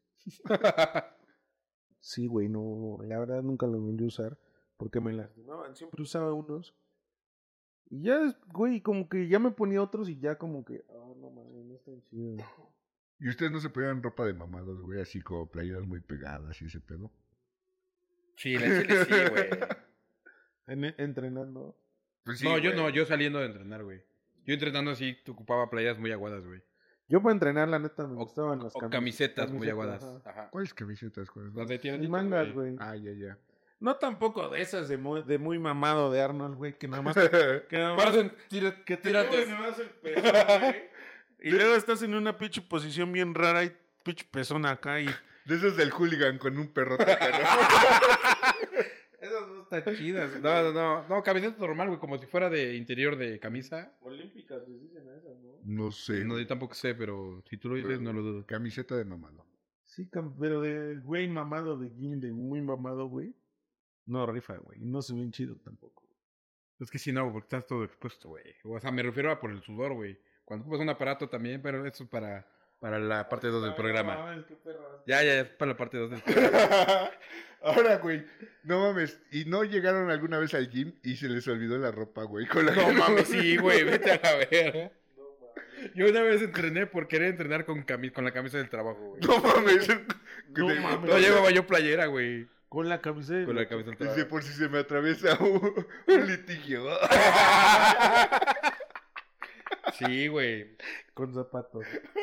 Sí, güey, no. La verdad nunca los volví a usar. Porque me lastimaban. Siempre usaba unos. Y ya, güey, como que ya me ponía otros y ya como que... Ah, no mames, no están chidos. ¿Y ustedes no se ponían ropa de mamados, güey? Así como playeras muy pegadas y ese pedo. Sí, en el chile sí, güey. Entrenando. Pues No, yo saliendo de entrenar, güey. Yo entrenando así, te ocupaba playeras muy aguadas, güey. Yo para entrenar, la neta, me O- gustaban las O camisetas muy aguadas. ajá. Ajá. ¿Cuáles camisetas? ¿Cuáles? Las de Sin tirantitos, mangas, güey. Ah, ya. No tampoco de esas de muy mamado de Arnold, güey, que nada más... Que nada más Parecen que te tirantes. mueven nada más el pezón, güey. Y luego estás en una pinche posición bien rara y pinche pezón acá y... De esos del hooligan con un perro tacano. Esas no están chidas. No, camiseta normal, güey, como si fuera de interior de camisa. Olímpicas les dicen a esas, ¿no? No sé. No, yo tampoco sé, pero si tú lo dices, no lo dudo. Camiseta de mamado. Sí, pero de güey mamado, de gym, de muy mamado, güey. No rifa, güey. No se ven chido tampoco. Es que sí, no, porque estás todo expuesto, güey. O sea, me refiero a por el sudor, güey. Cuando ocupas un aparato también, pero eso es para la parte 2 del programa. Ya, es para la parte 2 del programa. Ahora, güey, no mames. ¿Y no llegaron alguna vez al gym y se les olvidó la ropa, güey? Con la No mames, sí, güey, vete a la verga. Yo una vez entrené por querer entrenar con la camisa del trabajo, güey. No mames. No mames. No llevaba yo playera, güey. Con la camiseta. Con la camisa del Dice, trabajo. por si se me atraviesa un litigio. Sí, güey. Con zapatos.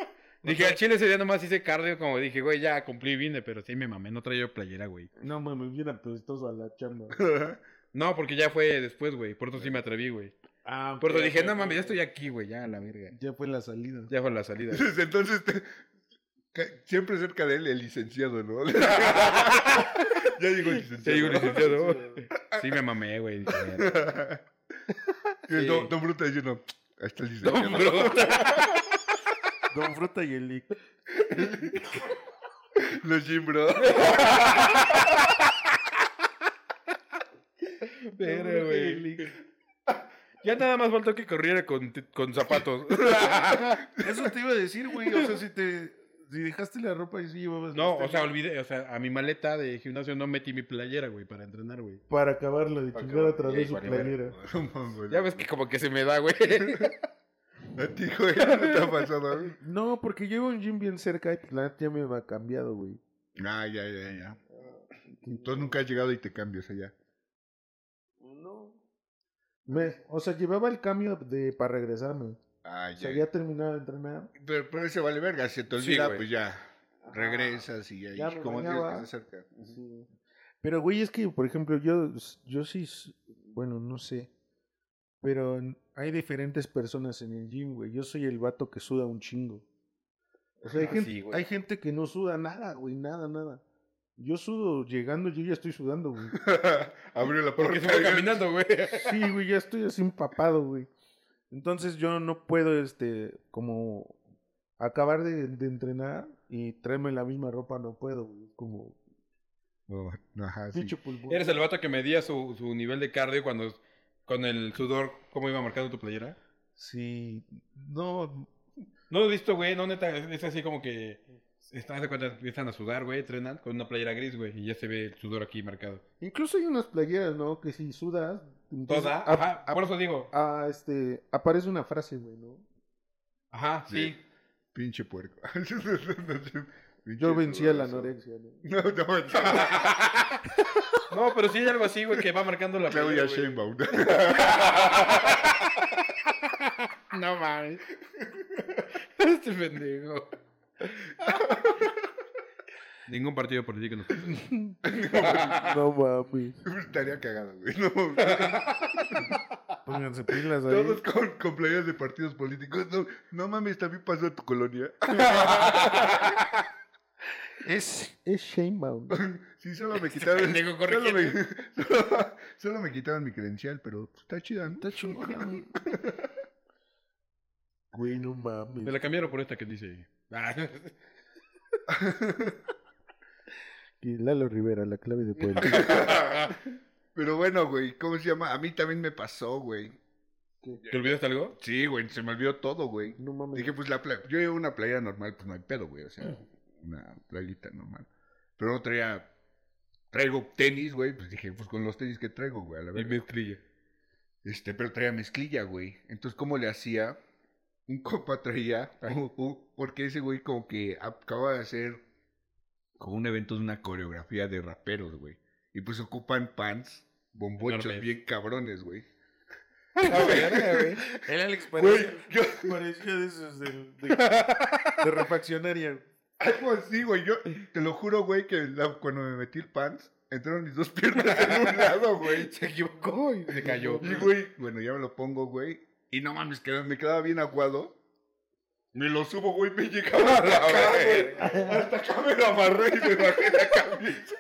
Dije, al chile ese día nomás hice cardio, como dije, güey, ya cumplí, vine, pero sí me mamé, no traía yo playera, güey. No mames, bien apestoso a la chamba. No, porque ya fue después, güey, por eso sí me atreví, güey. Ah, Por eso dije, no mames, ya estoy aquí, güey, ya, a la verga. Ya fue la salida. Ya fue la salida. Desde entonces, siempre cerca de él, el licenciado, ¿no? Ya llegó el licenciado. Ya llegó el licenciado. Sí me mamé, güey. Y el Don Bruto diciendo, ahí está el licenciado. Don Fruta y el Lick. Los Jim Bro. Pero, güey. Ya nada más faltó que corriera con zapatos. Eso te iba a decir, güey. O sea, si dejaste la ropa y sí llevabas. No, los o sea, tenis. olvidé, o sea, a mi maleta de gimnasio no metí mi playera, güey, para entrenar, güey. Para acabarla de Para chingar acabar. otra vez Y su ahí valió playera. Ya ves que como que se me da, güey. A ti, güey, ¿no te ha pasado, güey? No, porque llevo un gym bien cerca y pues la neta ya me va cambiado, güey. Ah, ya. Entonces nunca has llegado y te cambias allá. No. O sea, llevaba el cambio para regresarme. Ah, O sea, ya. ya terminaba de entrenar. Pero ese vale verga, si te Sí, olvida, güey. pues ya. Regresas y ahí, Ya me como bañaba. dices, que está cerca. Sí. Pero, güey, es que, por ejemplo, yo sí, bueno, no sé. Pero hay diferentes personas en el gym, güey. Yo soy el vato que suda un chingo. O sea, Sí, güey. hay gente que no suda nada, güey, nada. Yo sudo llegando, yo ya estoy sudando, güey. Abrió la puerta. Porque se fue caminando, güey. Sí, güey, ya estoy así empapado, güey. Entonces yo no puedo, como acabar de entrenar y traerme la misma ropa, no puedo, güey. Como Oh, ajá, sí. pinche pulmón. ¿Eres el vato que medía su nivel de cardio cuando con el sudor, cómo iba marcando tu playera? Sí, no, No lo he visto, güey, no, neta, es así como que estás de cuenta, empiezan a sudar, güey, entrenan con una playera gris, güey, y ya se ve el sudor aquí marcado. incluso hay unas playeras, ¿no? Que si sudas, entonces, Toda, ajá, por eso digo, aparece una frase, güey, ¿no? ajá, sí. Pinche puerco. Yo vencí a la anorexia. anorexia, ¿no? No. No, pero sí hay algo así, güey, que va marcando la Claudia playera, güey. Sheinbaum. No mames. Este pendejo. Ningún partido político nos No mames. Estaría cagado, güey. No, Pónganse pilas ahí. todos con playas de partidos políticos. No mames, también pasó a tu colonia. Es Sheinbaum. Sí, solo me quitaron. Pendejo, solo, corrigiendo. solo me quitaron mi credencial, pero está chida, ¿no? Está chingón. Güey, no mames. Me la cambiaron por esta que dice. Y Lalo Rivera, la clave de Puebla. Pero bueno, güey, ¿cómo se llama? A mí también me pasó, güey. ¿Te olvidaste algo? Sí, güey, se me olvidó todo, güey. No mames. Dije, pues yo llevo una playera normal, pues no hay pedo, güey. O sea, una playita normal. Pero no traigo tenis, güey. Pues dije, pues con los tenis que traigo, güey, a la Y verga. mezclilla. Pero traía mezclilla, güey. Entonces, ¿cómo le hacía? Un compa traía, porque ese güey como que acaba de hacer como un evento de una coreografía de raperos, güey. Y pues ocupan pants, bombochos Enormes. bien cabrones, güey. El Alex Güey, yo, Parecía de esos de refaccionaria. algo así, güey. Yo te lo juro, güey, que cuando me metí el pants, entraron mis dos piernas en un lado, güey. Se equivocó y se cayó. Y, güey, bueno, ya me lo pongo, güey. Y no mames, me quedaba bien aguado. Me lo subo, güey, me llegaba hasta acá, güey. Hasta acá me lo amarré y me bajé la camisa.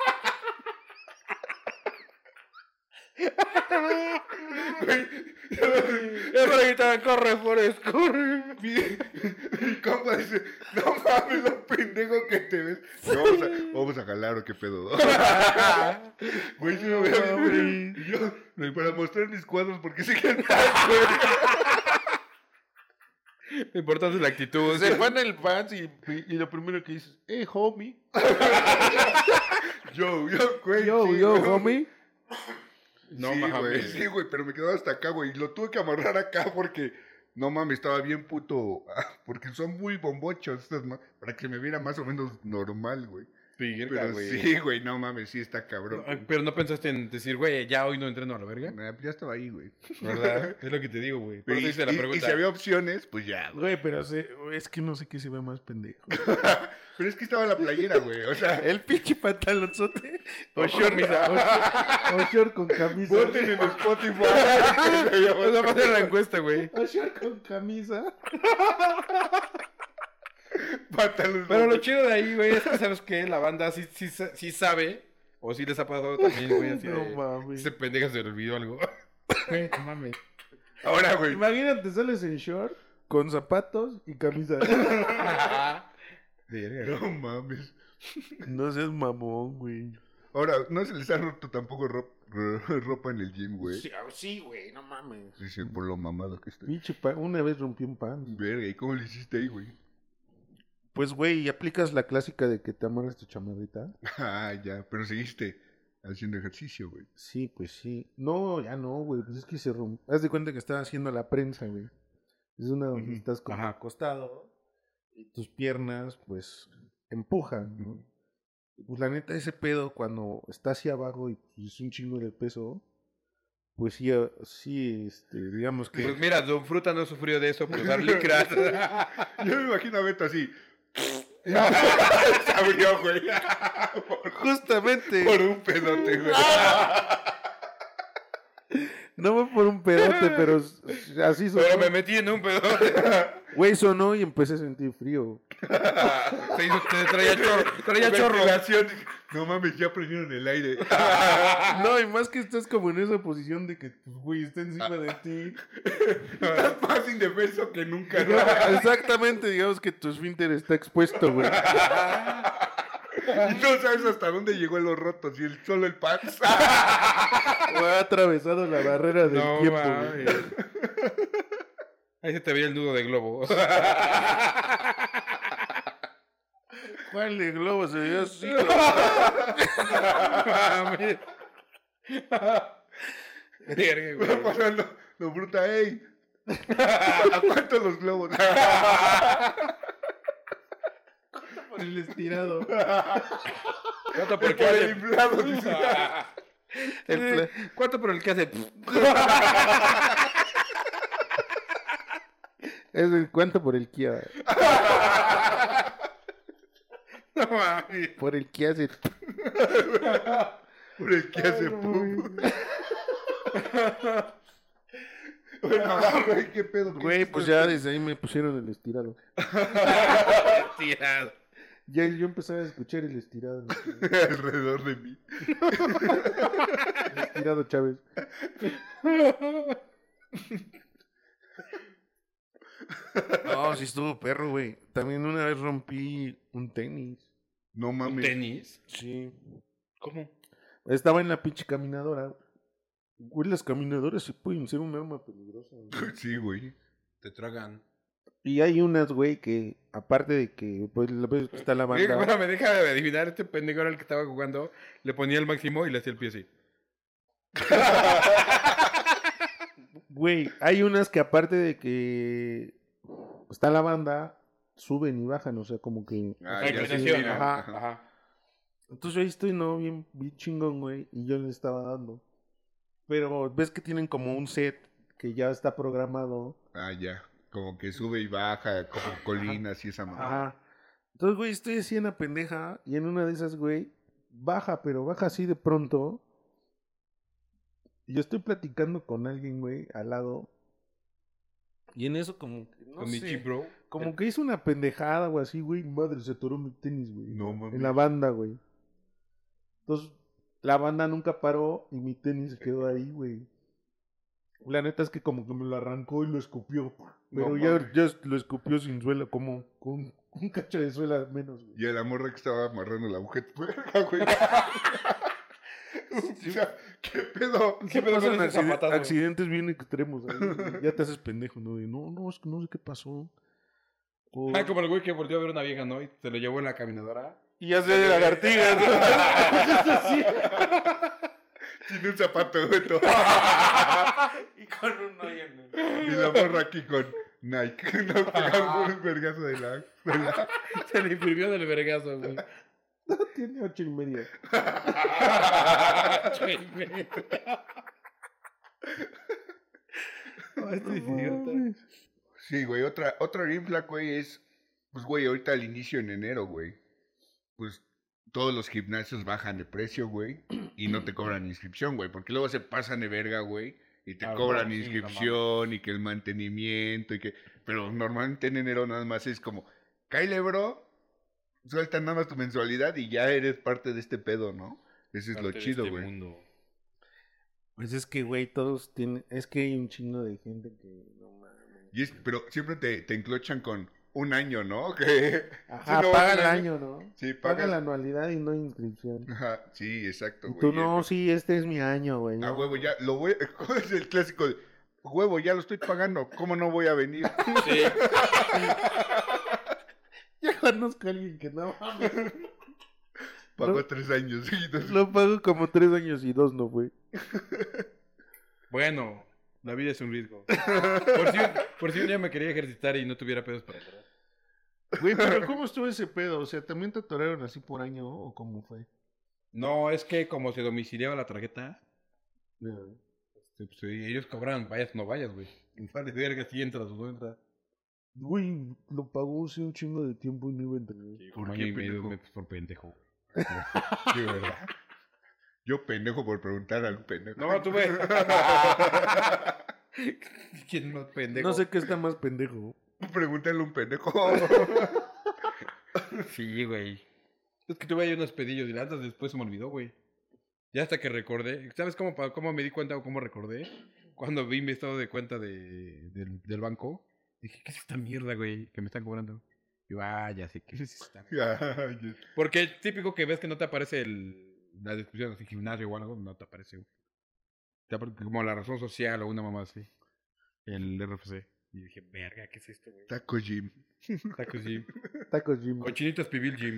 Güey, Ya me gritaban, corre, Forrest, corre. mi compa dice, no mames, lo pendejo que te ves. No, vamos a jalar o qué pedo. Güey, sí me veo bien. Y yo, para mostrar mis cuadros, porque sí que Lo importante es la actitud. Se pone el pants y lo primero que dices, homie. yo, güey. Yo, sí, yo, güey. homie. No sí, mames. güey, sí, güey, pero me quedaba hasta acá, güey. Y lo tuve que amarrar acá porque, no mames, estaba bien puto. Porque son muy bombochos estas, para que me viera más o menos normal, güey. Verga, Pero güey. sí, güey, no mames, sí está cabrón. No, pero no pensaste en decir, güey, ya hoy no entreno a la verga. Ya estaba ahí, güey. ¿Verdad? Es lo que te digo, güey. Por eso Y, hice la y pregunta. si había opciones, pues ya, güey. Güey, pero es que no sé qué se ve más pendejo. Pero es que estaba la playera, güey. O sea, El pinche pantalonzote. O short, misa. O short con camisa. voten en Spotify. Vamos a hacer la encuesta, güey. O short con camisa. Pantalones. Pero lo chido de ahí, güey, es que, ¿sabes qué? La banda sí sabe, o sí les ha pasado también, güey, así No de... mames. Ese pendeja se le olvidó algo. Güey, no mames. Ahora, güey. Imagínate, sales en short con zapatos y camisa. Verga. No mames. No seas mamón, güey. Ahora, no se les ha roto tampoco ropa en el gym, güey. Sí, güey, no mames. Dicen por lo mamado que estoy. Pinche pan. Una vez rompí un pan. Verga, ¿y cómo le hiciste ahí, güey? Pues, güey, ¿aplicas la clásica de que te amarras tu chamarrita? Ah, ya, pero seguiste haciendo ejercicio, güey. Sí, pues sí. No, ya no, güey. Pues es que se rompió. Haz de cuenta que estaba haciendo la prensa, güey. Es una donde Ujú. estás como Ajá. acostado y tus piernas, pues, empujan, ¿no? Y, pues la neta, ese pedo cuando está hacia abajo y pues, es un chingo de peso, pues sí, digamos que... Pues mira, Don Fruta no sufrió de eso por usar licras. Yo me imagino a Beto así. Se abrió, güey. Justamente, Por un pedote, güey. no fue por un pedote, pero así sonó. Pero me metí en un pedote. Güey, sonó y empecé a sentir frío. Se hizo, traía chorro. Ventilación. No mames, ya prendieron el aire. No, y más que estás como en esa posición de que, pues, güey, está encima de ti. Estás más indefenso que nunca. Exactamente, digamos que tu esfínter está expuesto, güey. Y no sabes hasta dónde llegó los rotos. Y solo el pants. O ha atravesado la barrera del No, tiempo, güey. mames. Ahí se te veía el nudo de globo. ¿Cuál de globo se veía así? Mames. Verga, güey. Va pasando. Lo bruta, ey. ¿A cuánto los globos? Por el estirado. ¿Cuánto por Por el inflado. Dice. ¿Cuánto por el que hace? Es el cuánto por el Kia. No mames. Por el Kia se... Por el que hace pum. Bueno, güey, qué pedo. Güey, pues ya desde ahí me pusieron el estirado. Tirado. Ya yo empezaba a escuchar el estirado. Alrededor de mí. El estirado, Chávez. No, sí estuvo perro, güey. También una vez rompí un tenis. No ¿Un mames. tenis? Sí. ¿Cómo? Estaba en la pinche caminadora. Güey, las caminadoras sí pueden ser un arma peligrosa, güey. Sí, güey. Te tragan. Y hay unas, güey, que aparte de que, pues, la vez que está la banda... Espérame, deja de adivinar. Este pendejo era el que estaba jugando. Le ponía el máximo y le hacía el pie así. Güey, hay unas que aparte de que está la banda, suben y bajan, o sea, como que... Ah, La ya inclinación, sí, ajá. Ajá. Entonces ahí estoy, no, bien chingón, güey, y yo le estaba dando. Pero ves que tienen como un set que ya está programado. Ah, ya. Como que sube y baja, como colinas y esa mamá. Ajá. Entonces, güey, estoy así en la pendeja y en una de esas, güey, baja, pero baja así de pronto. Y yo estoy platicando con alguien, güey, al lado. Y en eso como que, no Con mi sé, chip, bro. como que hizo una pendejada o así, güey. Madre, se atoró mi tenis, güey. No mames. En la banda, güey. Entonces, la banda nunca paró y mi tenis se quedó ahí, güey. La neta es que como que me lo arrancó y lo escupió. Pero No ya mames. lo escupió sin suela, como con un cacho de suela menos, güey. Y a la morra que estaba amarrando la agujeta. Güey. O sea, ¿qué pedo? ¿Qué pedo con ese zapatazo? Accidentes bien extremos. Ahí, güey. Ya te haces pendejo, ¿no? Y no, es que no sé qué pasó. O- Ah, como el güey que volvió a ver una vieja, ¿no? Y se lo llevó en la caminadora. Y ya se de lagartijas. Tiene un zapato, güey. todo. Y con un hoyo en Y la morra aquí con Nike. No, pegando un vergazo de la... Se le imprimió del vergazo, güey. Tiene 8:30. Este idiota. Sí, güey, otra green flag, güey, es, pues, güey, ahorita al inicio en enero, güey, pues, todos los gimnasios bajan de precio, güey, y no te cobran inscripción, güey, porque luego se pasan de verga, güey, y te cobran sí, inscripción y que el mantenimiento y que, pero normalmente en enero nada más es como, cáele, bro, suelta nada más tu mensualidad y ya eres parte de este pedo, ¿no? Eso es lo Parte de chido, este güey. mundo. Pues es que, güey, todos tienen... Es que hay un chingo de gente que... No mames. Pero siempre te enclochan con un año, ¿no? Que Ajá, si no vas paga un el año- año, ¿no? Sí, Paga la anualidad y no inscripción. Ajá, sí, exacto, Y güey. tú, no, sí, este es mi año, güey. Ah, no. huevo, ya, lo voy... ¿Cómo es el clásico de, huevo, ya lo estoy pagando, ¿cómo no voy a venir? Sí. Ya conozco a alguien que no mames. Pagó No. 3 años seguidos. Lo pago como 3 años y 2 no, güey. Bueno, la vida es un riesgo. Por si un día me quería ejercitar y no tuviera pedos para entrar. Güey, pero ¿cómo estuvo ese pedo? O sea, ¿también te atoraron así por año o cómo fue? No, es que como se domiciliaba la tarjeta, pues, ellos cobran, vayas o no vayas, güey. Vale, verga, si entras o no entras. Güey, lo pagó hace un chingo de tiempo y no iba a entrar. ¿Por Un qué, año y medio, pendejo? por pendejo. Sí, ¿verdad? Yo pendejo por preguntar al pendejo. No, tú ve. ¿Quién más pendejo? No sé qué está más pendejo. Pregúntale a un pendejo. Sí, güey. Es que tuve ahí unos pedillos y antes después se me olvidó, güey. Ya hasta que recordé. ¿Sabes cómo me di cuenta o cómo recordé? Cuando vi mi estado de cuenta del banco. Dije, ¿qué es esta mierda, güey? Que me están cobrando. Y yo, ya sé, ¿qué es esta mierda? Porque el típico que ves que no te aparece la descripción así, gimnasio o algo, no te aparece, güey. Te aparece como la razón social o una mamá así. El RFC. Y dije, verga, ¿qué es esto, güey? Taco Gym. Tacos Gym. Tacos Jim. Cochinitas Pibil Gym.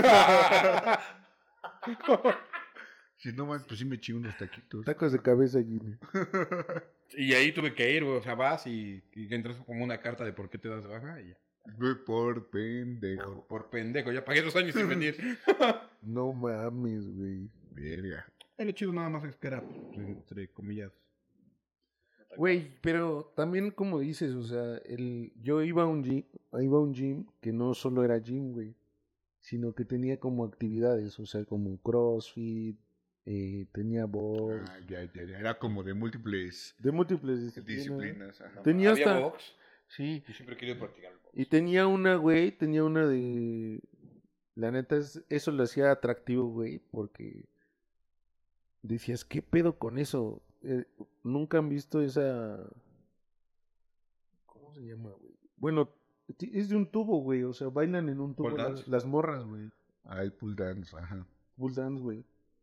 Si no, man, pues sí me chingo unos taquitos. Tacos de cabeza Jimmy. Y ahí tuve que ir, güey. O sea, vas y entras como una carta de por qué te das de baja y ya. Güey, por pendejo. Por pendejo, ya pagué 2 años sin venir. No mames, güey. Verga. Lo chido nada más es que era, pues, entre comillas. Güey, pero también como dices, o sea, yo iba a un gym que no solo era gym, güey, sino que tenía como actividades, o sea, como CrossFit, tenía box, Ya. Era como de múltiples de múltiples disciplinas. disciplinas. Ajá. Tenía Había hasta, box. sí, Yo siempre he querido practicar el box. y tenía una de, la neta, eso lo hacía atractivo, güey, porque decías, ¿qué pedo con eso? Nunca han visto esa, ¿cómo se llama, güey? Bueno, es de un tubo, güey, o sea, bailan en un tubo ¿Pole dance? las morras, güey, Ah, el pull dance, ajá. pull dance, güey.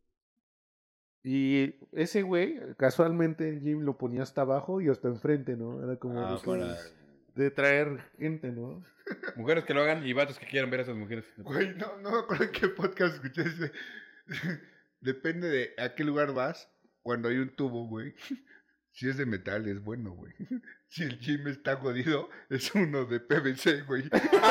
Y ese güey, casualmente el gym lo ponía hasta abajo y hasta enfrente, ¿no? Era como de traer gente, ¿no? Mujeres que lo hagan y vatos que quieran ver a esas mujeres. Güey, no me acuerdo en qué podcast escuché ese. Depende de a qué lugar vas cuando hay un tubo, güey. Si es de metal, es bueno, güey. Si el gym está jodido, es uno de PVC, güey.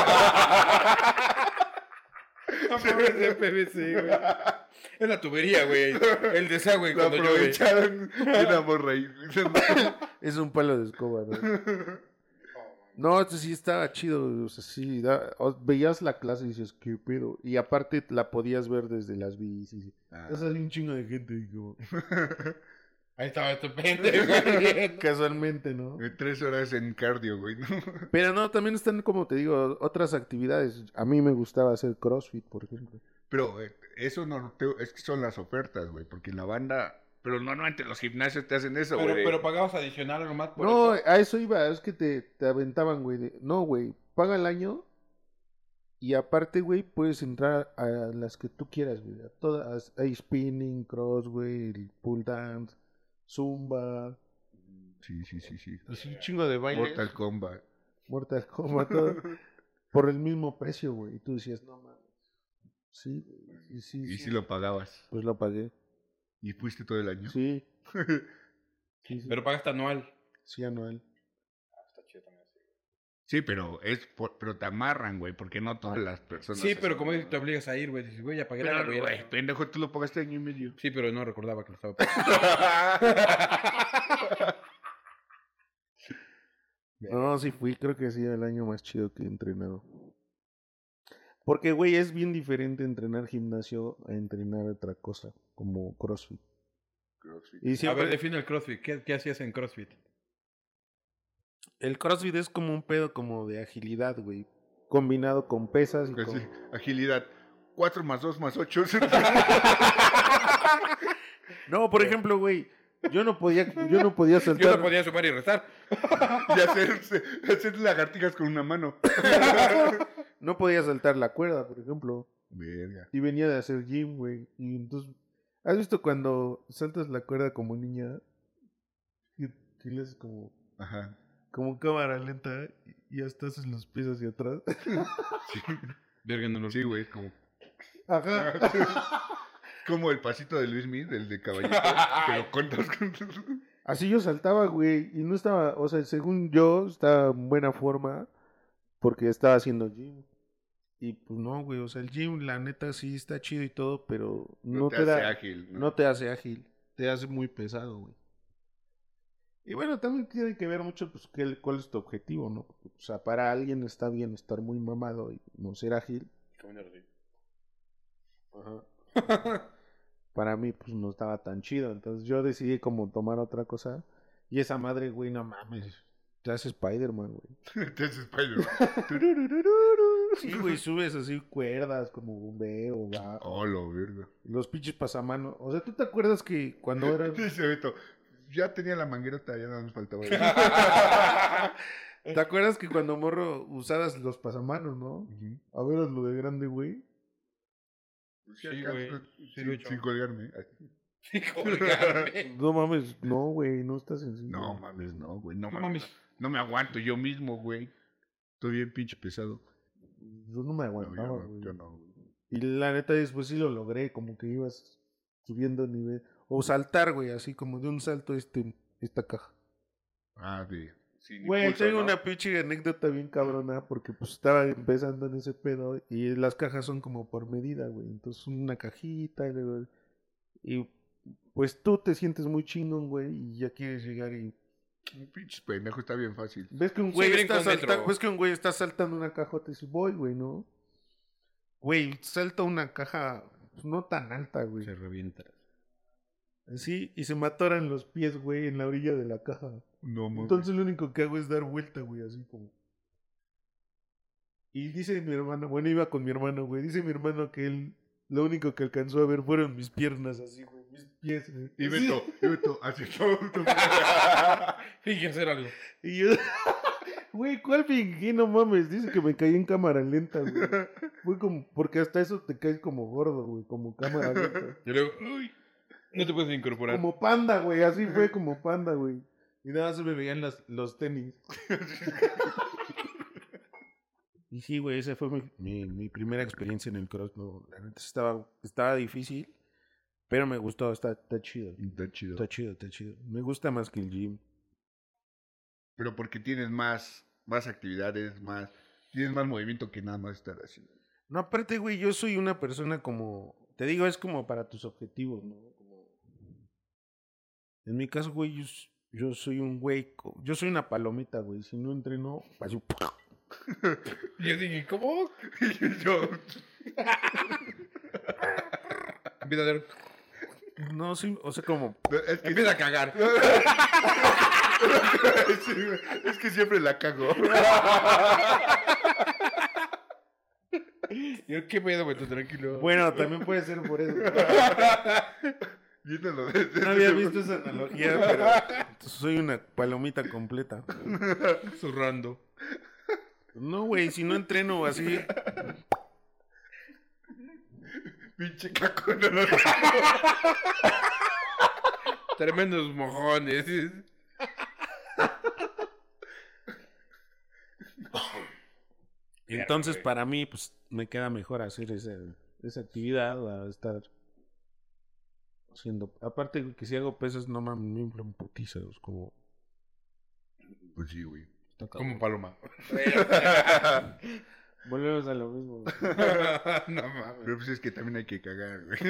Es de PVC, güey. Es la tubería, güey. El desagüe Lo cuando llueve. aprovecharon de una morra ahí. Es un palo de escoba, ¿no? No, esto sí estaba chido, o sea, sí, veías la clase y dices, ¿qué pedo? Y aparte la podías ver desde las bicis. Ah. O sea, hay un chingo de gente, digo, Ahí estaba este pendejo. güey. casualmente, ¿no? 3 horas en cardio, güey. ¿No? Pero no, también están, como te digo, otras actividades. A mí me gustaba hacer CrossFit, por ejemplo. Pero eso no, es que son las ofertas, güey. Porque en la banda... Pero normalmente los gimnasios te hacen eso, güey. Pero pagabas adicional nomás por No, eso. a eso iba, es que te aventaban, güey. No, güey, paga el año y aparte, güey, puedes entrar a las que tú quieras, güey. A todas, hay spinning, cross, güey, el pull dance, zumba, Sí. Así un chingo de bailes. Mortal Kombat. Mortal Kombat, todo, por el mismo precio, güey. Y tú decías, no mames. Sí, güey, sí. Y si lo pagabas. Pues lo pagué. Y fuiste todo el año. Sí. Sí, Pero pagaste anual. sí, anual. Está chido también así. Sí, pero pero te amarran, güey, porque no todas las personas. Sí, pero hacen como eso. te obligas a ir, güey. Dices, güey, ya pagué Pero, la güey. güey, pendejo, tú lo pagaste año y medio. Sí, pero no recordaba que lo estaba pagando. No, sí fui, creo que sí, el año más chido que he entrenado. Porque, güey, es bien diferente entrenar gimnasio a entrenar otra cosa, como CrossFit. CrossFit. Y A siempre, ver, define el CrossFit. ¿Qué hacías en CrossFit? el CrossFit es como un pedo como de agilidad, güey. Combinado con pesas y Pues con... sí, agilidad. 4 más 2 más 8. No, por ejemplo, güey, yo no podía Yo saltar... no podía sumar y restar. Y hacer lagartijas con una mano. No podía saltar la cuerda, por ejemplo. Verga. Y venía de hacer gym, güey. Y entonces, ¿has visto cuando saltas la cuerda como niña? Que le haces Ajá. como cámara lenta y hasta haces los pies hacia atrás. Verga, no lo Sí, güey, es como. Ajá. Como el pasito de Luis Miguel, del de caballito. Pero contas con. Así yo saltaba, güey. Y no estaba, o sea, según yo, estaba en buena forma porque estaba haciendo gym. Y pues no, güey, o sea, el gym, la neta, sí está chido y todo, pero No te hace ágil, ¿no? no te hace ágil, te hace muy pesado, güey. Y bueno, también tiene que ver mucho, pues, cuál es tu objetivo, ¿no? Porque, o sea, para alguien está bien estar muy mamado y no ser ágil. Ajá. Para mí, pues, no estaba tan chido. Entonces yo decidí como tomar otra cosa. Y esa madre, güey, no mames, te hace Spider-Man, güey. Te hace Spider-Man. Sí, güey, subes así cuerdas como bombero, va. Oh, lo verga. Los pinches pasamanos. O sea, ¿tú te acuerdas que cuando eras... Dice Beto, ya tenía la manguerota, ya no nos faltaba. ¿Te acuerdas que cuando morro usabas los pasamanos, no? Ujú. A ver, lo de grande, güey. Sí, Sí, acá, güey. Sí, sin, lo he hecho. sin colgarme. Sí, colgarme. No mames, no, güey, no está sencillo. No mames, no, güey. No No mames. mames. No me aguanto yo mismo, güey. Estoy bien pinche pesado. Yo no me No, aguantaba, yo güey. no, yo no, güey. Y la neta después sí lo logré, como que ibas subiendo nivel. O saltar, güey, así como de un salto esta caja. Ah, de. Sin Güey, impulso, tengo ¿no? una pinche anécdota bien cabrona porque pues estaba empezando en ese pedo y las cajas son como por medida, güey. Entonces una cajita y pues tú te sientes muy chingón, güey, y ya quieres llegar y Un pinche pendejo está bien fácil. ves que un Sí, güey brinco está dentro. saltando, ves que un güey está saltando una cajota y dices, voy, güey, ¿no? Güey, salta una caja pues, no tan alta, güey. Se revienta. Así, y se me atoran los pies, güey, en la orilla de la caja. No mames. Entonces lo único que hago es dar vuelta, güey, así como. Y dice mi hermano, bueno, iba con mi hermano, güey. Dice mi hermano que él, lo único que alcanzó a ver fueron mis piernas, así, güey, mis pies. Güey. Y Beto, así todo. Finge hacer algo. Y yo, güey, ¿cuál fingí? No mames, dice que me caí en cámara lenta, güey. Fue como, porque hasta eso te caes como gordo, güey, como cámara lenta. Y luego, uy, no te puedes incorporar. Como panda, güey, así fue como panda, güey. Y nada más se me veían los tenis. Y sí, güey, esa fue mi primera experiencia en el cross. No, la neta estaba difícil, pero me gustó, está chido. Está chido. Está chido, está chido. Me gusta más que el gym. Pero porque tienes más actividades, tienes más movimiento que nada más estar haciendo. No, aparte, güey, yo soy una persona como, te digo, es como para tus objetivos, ¿no? Como... En mi caso, güey, yo soy un güey, yo soy una palomita, güey. Si no entreno, así, Y yo dije, ¿cómo? Y yo, Empieza a hacer. no, sí, o sea, como, es que, Empieza a cagar. sí, güey, es que siempre la cago. Yo, ¿qué pedo, güey? Tú tranquilo. bueno, también puede ser por eso. Viéndolo No había visto esa analogía, pero soy una palomita completa. Zurrando. No, güey, si no entreno así, Pinche caco, no. Tremendos mojones. entonces güey. para mí, pues, me queda mejor hacer esa actividad a estar haciendo. Aparte, güey, que si hago pesas, no mames, me inflan putizas, como... Pues sí, güey. Como paloma. Volvemos a lo mismo. No mames. Pero pues es que también hay que cagar, güey.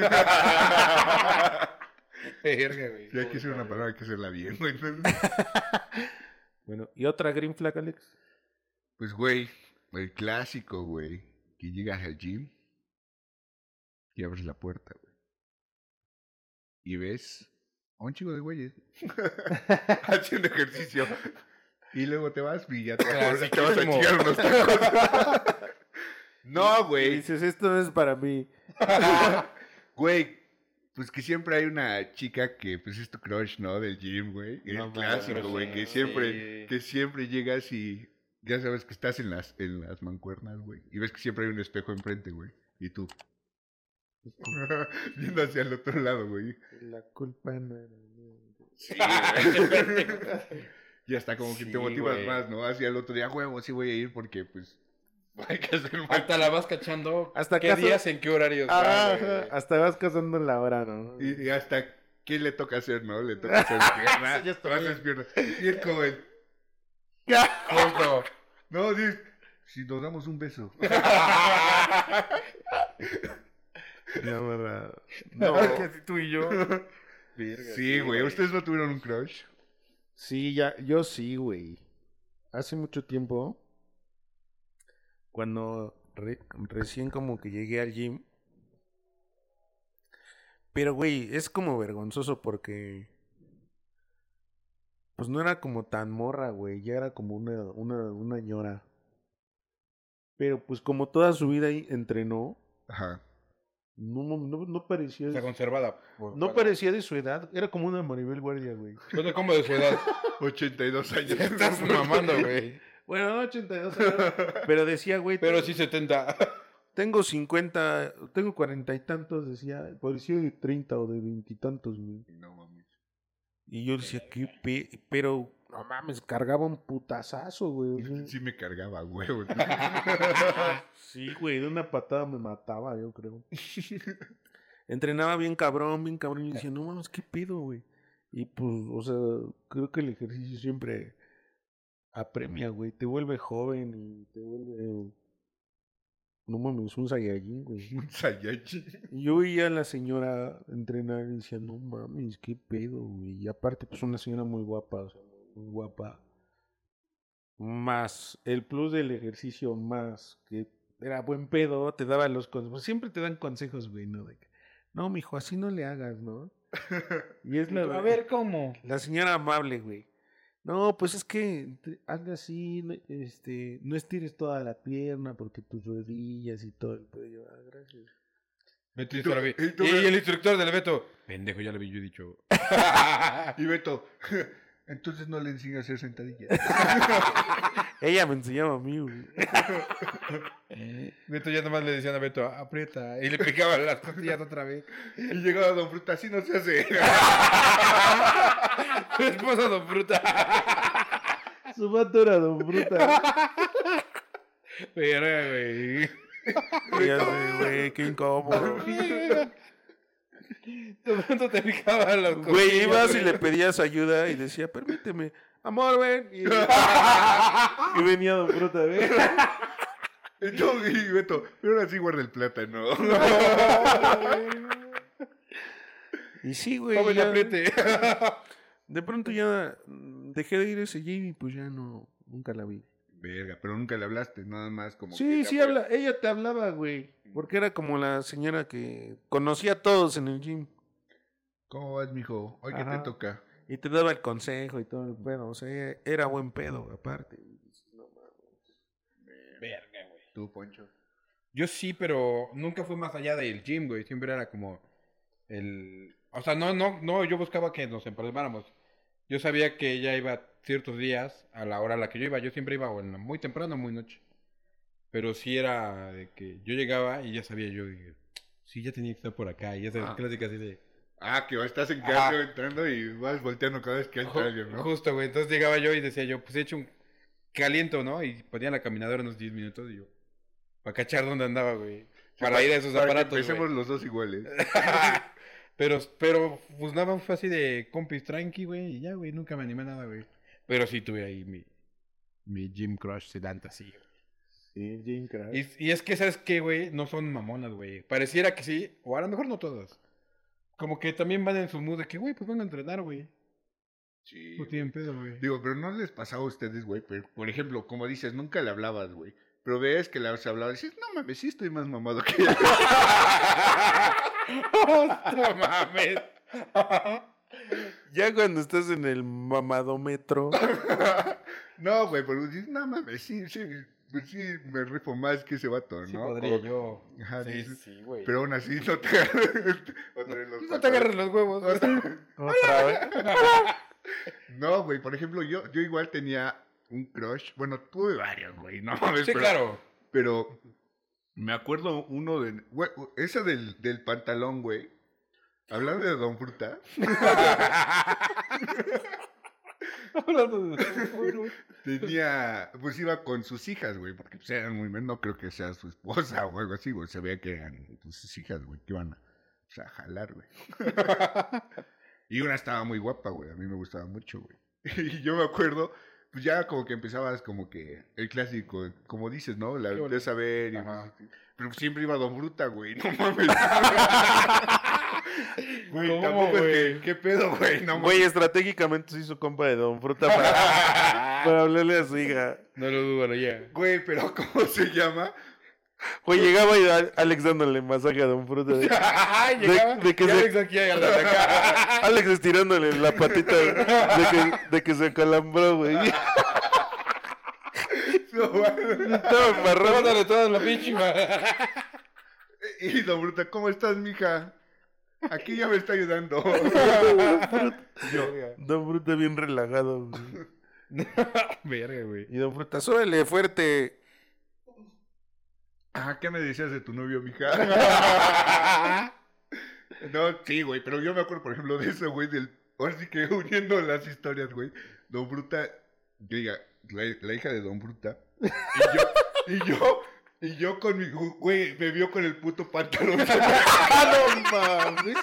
Verga, güey. Si hay que hacer una palabra, hay que hacerla bien, güey. Bueno, ¿y otra green flag, Alex? Pues, güey, el clásico, güey. Que llegas al gym y abres la puerta, güey. Y ves a un chico de güeyes haciendo ejercicio. Y luego te vas y ya te vas a chingar unos tacos. No, Y güey. dices, esto no es para mí. Güey, pues que siempre hay una chica que pues es tu crush, ¿no? Del gym, güey. El No, clásico, pero güey, sí. que siempre llegas y ya sabes que estás en las mancuernas, güey. Y ves que siempre hay un espejo enfrente, güey. Y tú. Viendo hacia el otro lado, güey. La culpa no era mía. Sí, güey. Y hasta como que Sí, te motivas güey. más, ¿no? Hacia el otro día, huevo, sí voy a ir porque pues hay que hacer más. Hasta la vas cachando. Hasta ¿Qué acaso- días en qué horarios? Ah, va, güey? ajá, hasta vas cazando la hora, ¿no? Y hasta qué le toca hacer, ¿no? Le toca hacer pierna. Ya está o bien. haces pierna. Y es como el, Justo. no, sí, si nos damos un beso. No, verdad. No, que si tú y yo. Verga, Sí, güey. ¿Ustedes no tuvieron un crush? Sí, ya, yo sí, güey. Hace mucho tiempo, cuando recién como que llegué al gym. Pero, güey, es como vergonzoso porque pues no era como tan morra, güey. Ya era como una ñora. Pero pues como toda su vida ahí entrenó, Ajá. no parecía... Está conservada. No parecía de su edad. Era como una Maribel Guardia, güey. Bueno, ¿cómo de su edad? 82 años. Estás mamando, güey. Bueno, no 82 años. Pero decía, güey... Pero sí 70. Tengo 50, tengo 40 y tantos, decía. Parecía de 30 o de 20 y tantos, güey. No mames. Y yo decía, pero, no mames, cargaba un putazazo, güey. O sea, Sí me cargaba, güey. güey. sí, güey, de una patada me mataba, yo creo. Entrenaba bien cabrón, y decía, no mames, ¿qué pedo, güey? Y pues, o sea, creo que el ejercicio siempre apremia, güey. Te vuelve joven y te vuelve, no mames, un Saiyajin, güey. Un Saiyajin. Y yo veía a la señora entrenar y decía, no mames, qué pedo, güey. Y aparte, pues una señora muy guapa, o sea, muy guapa. Más el plus del ejercicio, más que era buen pedo, te daba los consejos. Siempre te dan consejos, güey, ¿no? De que, no, mijo, así no le hagas, ¿no? Y es la A ver, ¿cómo? la señora amable, güey. No, pues es que hazle así, no estires toda la pierna porque tus rodillas y todo el pedo. Yo, gracias. Beto, ¿Y tú- ya lo vi. y tú- Y el instructor del Beto. Pendejo, ya lo vi, yo he dicho. Y Beto, entonces no le enseño a hacer sentadillas. Ella me enseñaba a mí, güey. Beto ya nomás le decían a Beto, aprieta. Y le picaba las costillas otra vez. Y llegaba Don Fruta, así no se hace. Su esposa Don Fruta. Su vato era Don Fruta. Verga, güey. Ya sé, güey, qué incómodo. De pronto te picaba las costillas. Güey, ibas y le pedías ayuda y decía, permíteme, amor, ven. Y venía Don Fruta, ven. Y Beto, pero ahora sí guarda el plátano. Y sí, güey. Joven, ya- apriete. De pronto ya dejé de ir a ese gym y pues ya nunca la vi. Verga, pero nunca le hablaste, nada más como. Sí, que sí, te habla, ella te hablaba, güey. Porque era como la señora que conocía a todos en el gym. ¿Cómo vas, mijo? Hoy que te Ajá. toca. Y te daba el consejo y todo el pedo. O sea, era buen pedo, aparte. Verga, güey. Tú, Poncho. Yo sí, pero nunca fui más allá del gym, güey. Siempre era como el... O sea, no, yo buscaba que nos empalmáramos. Yo sabía que ella iba ciertos días a la hora a la que yo iba. Yo siempre iba o en la muy temprano o muy noche. Pero sí era de que yo llegaba y ya sabía yo, dije, sí, ya tenía que estar por acá. Y ya sabes, Ah. clásica así de... Ah, que estás en Ajá. cambio entrando y vas volteando cada vez que entra alguien, ¿no? Justo, güey. Entonces llegaba yo y decía yo, pues he hecho un caliento, ¿no? Y ponía la caminadora unos 10 minutos y yo, para cachar dónde andaba, güey. Para ir a esos Para que aparatos, empecemos güey. los dos iguales. Pero, pues nada más fue así de compis tranqui, güey, y ya, güey, nunca me animé a nada, güey. Pero sí tuve ahí Mi gym crush sedanta, sí. Sí, Jim Crash. Y es que, ¿sabes qué, güey? No son mamonas, güey. Pareciera que sí, o a lo mejor no todas. Como que también van en su mood de que, güey, pues van a entrenar, güey. Sí. No tienen pedo, güey. Digo, pero no les pasaba a ustedes, güey. Por ejemplo, como dices, nunca le hablabas, güey. Pero ves que se hablaba y dices, no mames, sí estoy más mamado que ella. No mames. Ya cuando estás en el mamadómetro. No, güey, pero dices, no mames, sí, pues sí, me rifo más que ese vato, ¿no? Sí podría O- yo. Ajá, Sí, dices, sí, güey. pero aún así no te agarres otra vez los No te pantalones. agarres los huevos. Otra vez. No, güey, por ejemplo, yo igual tenía un crush. Bueno, tuve varios, güey, no mames. Sí, pero, claro. Pero me acuerdo uno de... Güey, esa del pantalón, güey. Hablando de Don Fruta. Hablando de Tenía... Pues iba con sus hijas, güey. Porque pues, eran muy... No creo que sea su esposa o algo así, güey. Se veía que eran pues, sus hijas, güey. Que iban a jalar, güey. Y una estaba muy guapa, güey. A mí me gustaba mucho, güey. Y yo me acuerdo, pues ya como que empezabas como que el clásico, como dices, ¿no? La de saber. Pero siempre iba Don Fruta, güey. No mames. Güey, ¿Cómo, tampoco es güey? que... ¿Qué pedo, güey? No mames. Güey, estratégicamente se hizo compa de Don Fruta para hablarle a su hija. No lo dudo, no llega. Güey, pero ¿cómo se llama? Güey, llegaba y Alex dándole masaje a Don Fruta. Llegaba. de que y se- Alex aquí a la de acá. Alex estirándole la patita de que se acalambró, güey. No, güey. Estaba embarrado. Róbale toda la pinche. Y Don Fruta, ¿cómo estás, mija? Aquí ya me está ayudando. Don Fruta bien relajado, güey. Verga, güey. Y Don Fruta, súbele fuerte. Ah, ¿qué me decías de tu novio, mija? No, sí, güey, pero yo me acuerdo, por ejemplo, de eso, güey, ahora sí que uniendo las historias, güey. Don Bruta, yo diga, la hija de Don Bruta. Y yo con mi, güey, me vio con el puto pantalón. ¡No mames!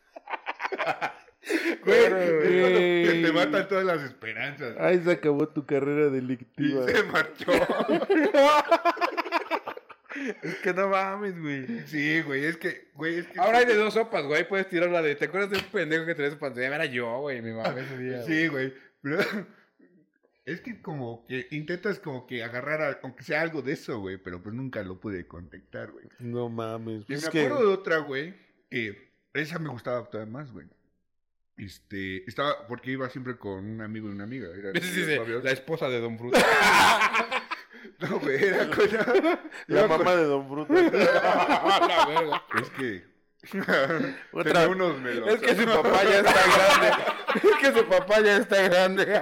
Güey, Güey. que te matan todas las esperanzas. Ahí se acabó tu carrera Y delictiva. se marchó. Es que no mames, güey. Sí, güey, es que... Ahora hay de dos sopas, güey. Puedes tirar la de. ¿Te acuerdas de un pendejo que traía su pantalla? Era yo, güey. Mi mamá ese día. Sí, güey. Pero es que como que intentas como que agarrar, aunque sea algo de eso, güey, pero pues nunca lo pude contactar, güey. No mames. Y Es me que acuerdo de otra, güey, que esa me gustaba todavía más, güey. Estaba, porque iba siempre con un amigo y una amiga. Era, Sí, sí, la esposa de Don Fruta. No, güey, era con la iba mamá de Don Fruta. La verga. Es que... Otra- tenía unos melosos. Es que su papá ya está grande. Es que su papá ya está grande.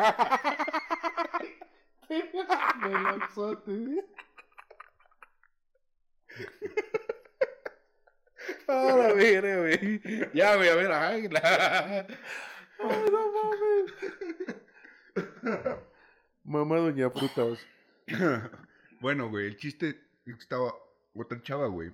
A la verga, güey. Ya, güey, a ver, ay, Mamá Doña Frutas. Bueno, güey, el chiste es que estaba otra chava, güey.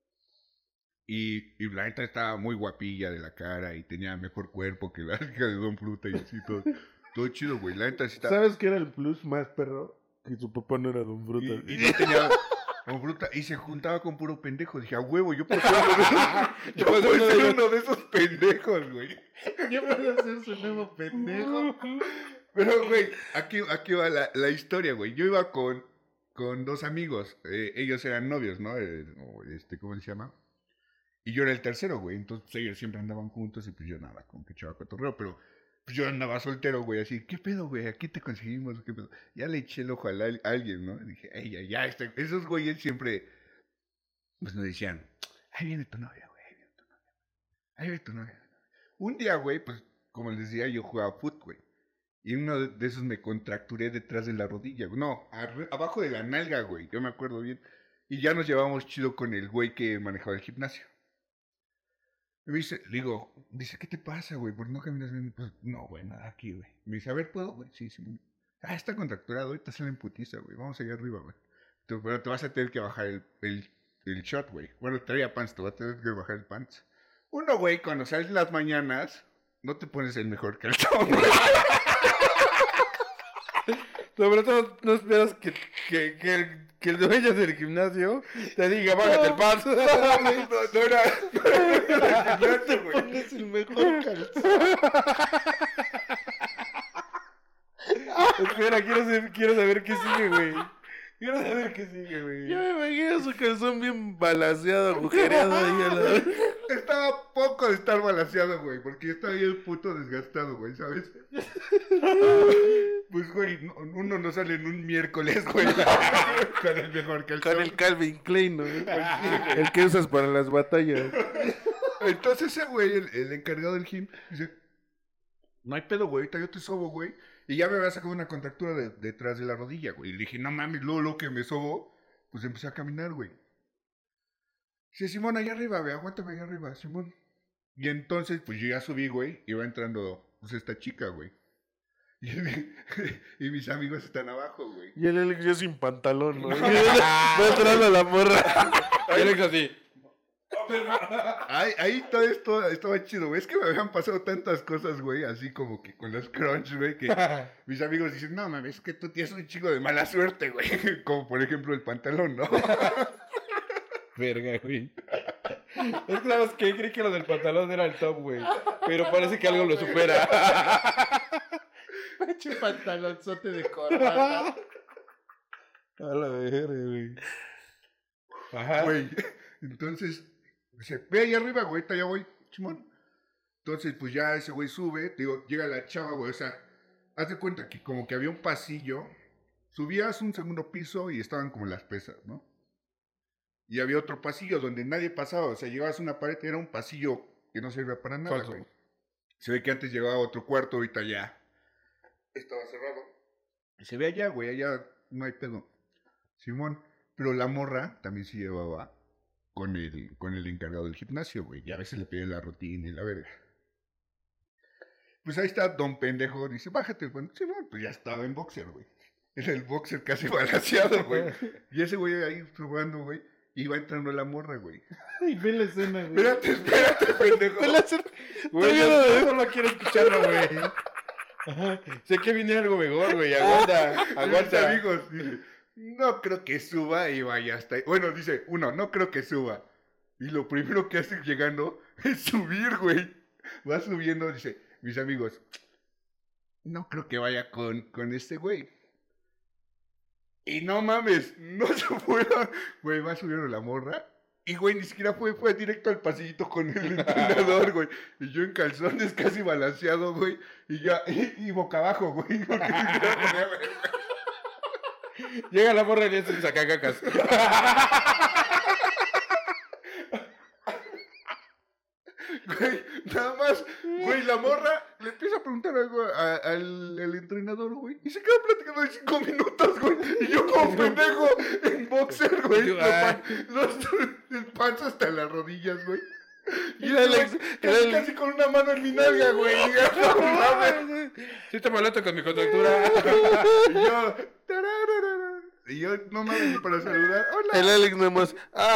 Y la neta estaba muy guapilla de la cara y tenía mejor cuerpo que la hija de Don Fruta y así todo. Todo chido, güey. La neta sí estaba... ¿Sabes qué era el plus más perro? Que su papá no era Don Fruta. Y no tenía Don Fruta y se juntaba con puro pendejo. Dije, a huevo, yo puedo ser uno de esos, yo puedo ser uno de esos pendejos, güey. Yo puedo hacer su nuevo pendejo. Pero, güey, aquí va la historia, güey. Yo iba con dos amigos. Ellos eran novios, ¿no? ¿Cómo se llama? Y yo era el tercero, güey. Entonces, pues, ellos siempre andaban juntos y pues yo nada, con que echaba cotorreo. Pero pues, yo andaba soltero, güey, así. ¿Qué pedo, güey? ¿Aquí te conseguimos? ¿Qué pedo? Ya le eché el ojo a alguien, ¿no? Y dije, ey, ya. Esos güeyes siempre, pues me decían, ahí viene tu novia, güey. Ahí viene tu novia. Ahí viene tu novia. Un día, güey, pues, como les decía, yo jugaba fútbol, güey. Y uno de esos me contracturé detrás de la rodilla, güey. No, abajo de la nalga, güey. Yo me acuerdo bien. Y ya nos llevamos chido con el güey que manejaba el gimnasio. Y me dice, dice, ¿qué te pasa, güey? ¿Por qué no caminas bien? Pues, no, güey, nada aquí, güey. Me dice, a ver, ¿puedo, güey? Sí. Ah, está contracturado, ahorita sale en putiza, güey. Vamos allá arriba, güey. Pero te vas a tener que bajar el short, güey. Bueno, traía pants, te vas a tener que bajar el pants. Uno, güey, cuando sales en las mañanas, no te pones el mejor calzón, güey. Sobre todo, no esperas que el dueño del gimnasio te diga, bájate el paso. No era gimnasio, güey. Es el mejor calzón. Espera, quiero saber qué sigue, güey. Quiero saber qué sigue, güey. Yo me imagino su calzón bien balanceado, agujereado ahí a la... Estaba a poco de estar balanceado, güey, porque yo estaba bien puto desgastado, güey, ¿sabes? Pues, güey, uno no sale en un miércoles, güey, con el mejor calzón. Con el Calvin Klein, ¿no? El que usas para las batallas. Entonces ese güey, el encargado del gym, dice, no hay pedo, güey, ahorita yo te sobo, güey. Y ya me había sacado una contractura detrás de la rodilla, güey. Y le dije, no mames, luego que me sobo, pues empecé a caminar, güey. Dice, Simón, allá arriba, güey, aguántame allá arriba, Simón. Y entonces, pues yo ya subí, güey, y va entrando, pues esta chica, güey. Y mis amigos están abajo, güey. Y el Alex ya sin pantalón, ¿no? Va entrando la morra. Y Alex así. Ahí todo esto estaba chido, güey. Es que me habían pasado tantas cosas, güey, así como que con los crunch, güey, que mis amigos dicen, no mames, es que tú tienes un chico de mala suerte, güey. Como por ejemplo el pantalón, ¿no? Verga, güey. Es claro que creí que lo del pantalón era el top, güey. Pero parece que algo lo supera. Pinche pantalonzote de corbata. A la verga, güey. Ajá. Güey, entonces, dice, ve ahí arriba, güey, ya voy, chimón. Entonces, pues ya ese güey sube, te digo, llega la chava, güey, o sea, haz de cuenta que como que había un pasillo, subías un segundo piso y estaban como las pesas, ¿no? Y había otro pasillo donde nadie pasaba, o sea, llegabas a una pared, era un pasillo que no servía para nada, Falso. güey. Se ve que antes llegaba otro cuarto, ahorita ya estaba cerrado. Y se ve allá, güey, allá no hay pedo. Simón, pero la morra también se llevaba con el encargado del gimnasio, güey. Y a veces le pide la rutina y la verga. Pues ahí está don pendejo, dice, bájate. Bueno, sí, bueno, pues ya estaba en boxer, güey. Era el boxer casi balanceado, güey. Y ese güey ahí probando, güey. Y va entrando la morra, güey. Ay, ve la escena, güey. Espérate, pendejo. Ve la escena. Güey, yo solo quiero escucharlo, güey. Sé que viene algo mejor, güey. Aguanta, Mis aguanta. amigos, dice, no creo que suba y vaya hasta ahí. Bueno, dice, no creo que suba. Y lo primero que hace llegando es subir, güey. Va subiendo, dice, mis amigos, no creo que vaya con este güey. Y no mames, no se fueron. Güey, va subiendo la morra. Y, güey, ni siquiera fue directo al pasillito con el entrenador, güey. Y yo en calzones casi balanceado, güey. Y ya, y boca abajo, güey. Porque ni siquiera podía ver. Llega la morra y le hace saca cacas. Güey, nada más, güey, la morra le empieza a preguntar algo al entrenador, güey. Y se queda platicando de 5 minutos, güey. Y yo como pendejo en boxer, güey. Los panza hasta las rodillas, güey. Y el Alex, casi con una mano en mi nalga, güey. Y yo, no mames. Sí te molesto con mi contractura. Y yo, no mames, para saludar. Hola. El Alex nada más.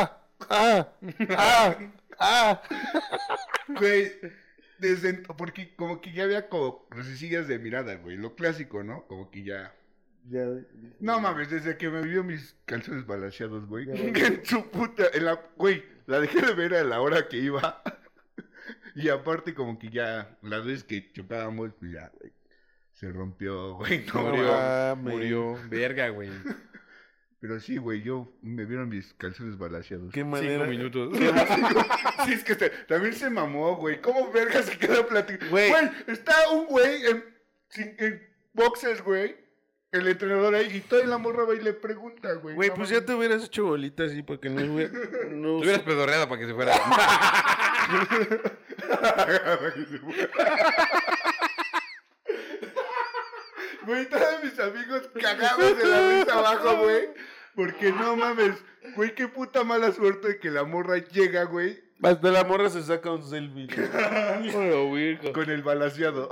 Güey, porque como que ya había como crucecillas de mirada, güey. Lo clásico, ¿no? Como que ya. No mames, desde que me vio mis calzones balanceados, güey. En su puta. Güey, la dejé de ver a la hora que iba. Y aparte, como que ya, las veces que chocábamos, pues ya, güey. Se rompió, güey. No, Murió. Verga, güey. Pero sí, güey, me vieron mis calzones balanceados. Qué 5 manera. minutos. Sí, es que también se mamó, güey. ¿Cómo verga se queda platicando? Güey. Güey, está un güey en boxes, güey. El entrenador ahí. Y toda la morra va y le pregunta, güey. Güey, No pues mames. ya te hubieras hecho bolita así porque no hubiera. No, Te hubieras pedorreado para que se fuera. Güey, todos mis amigos cagados de la risa abajo, güey. Porque no mames, güey, qué puta mala suerte de que la morra llega, güey, Hasta la morra se saca un selfie. con el balaseado.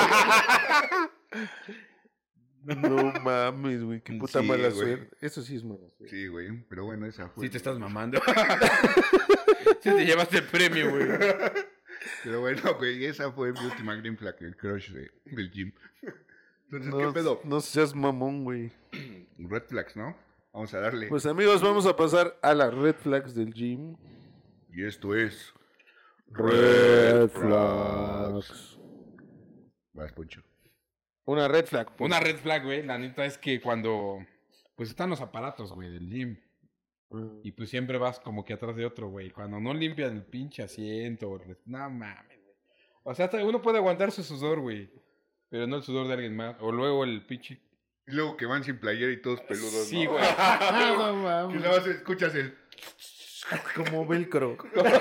No mames, güey. Qué puta Sí, mala güey. suerte. Eso sí es mala suerte. Sí, güey, pero bueno, esa fue. Sí te estás mamando. Sí te llevaste el premio, güey. Pero bueno, güey, esa fue mi última green flag, el crush del gym. Entonces, No, ¿qué pedo? no seas mamón, güey. Red flags, ¿no? Vamos a darle. Pues amigos, vamos a pasar a las red flags del gym. Y esto es... Red flags. Vas, Poncho. Una red flag. pues. Una red flag, güey, la neta es que cuando... Pues están los aparatos, güey, del gym. Y pues siempre vas como que atrás de otro, güey. Cuando no limpian el pinche asiento. No mames, güey. O sea, hasta uno puede aguantar su sudor, güey. Pero no el sudor de alguien más. O luego el pinche... Y luego que van sin playera y todos peludos, Sí, ¿no? güey. No Que mames. nada más escuchas el... Como velcro.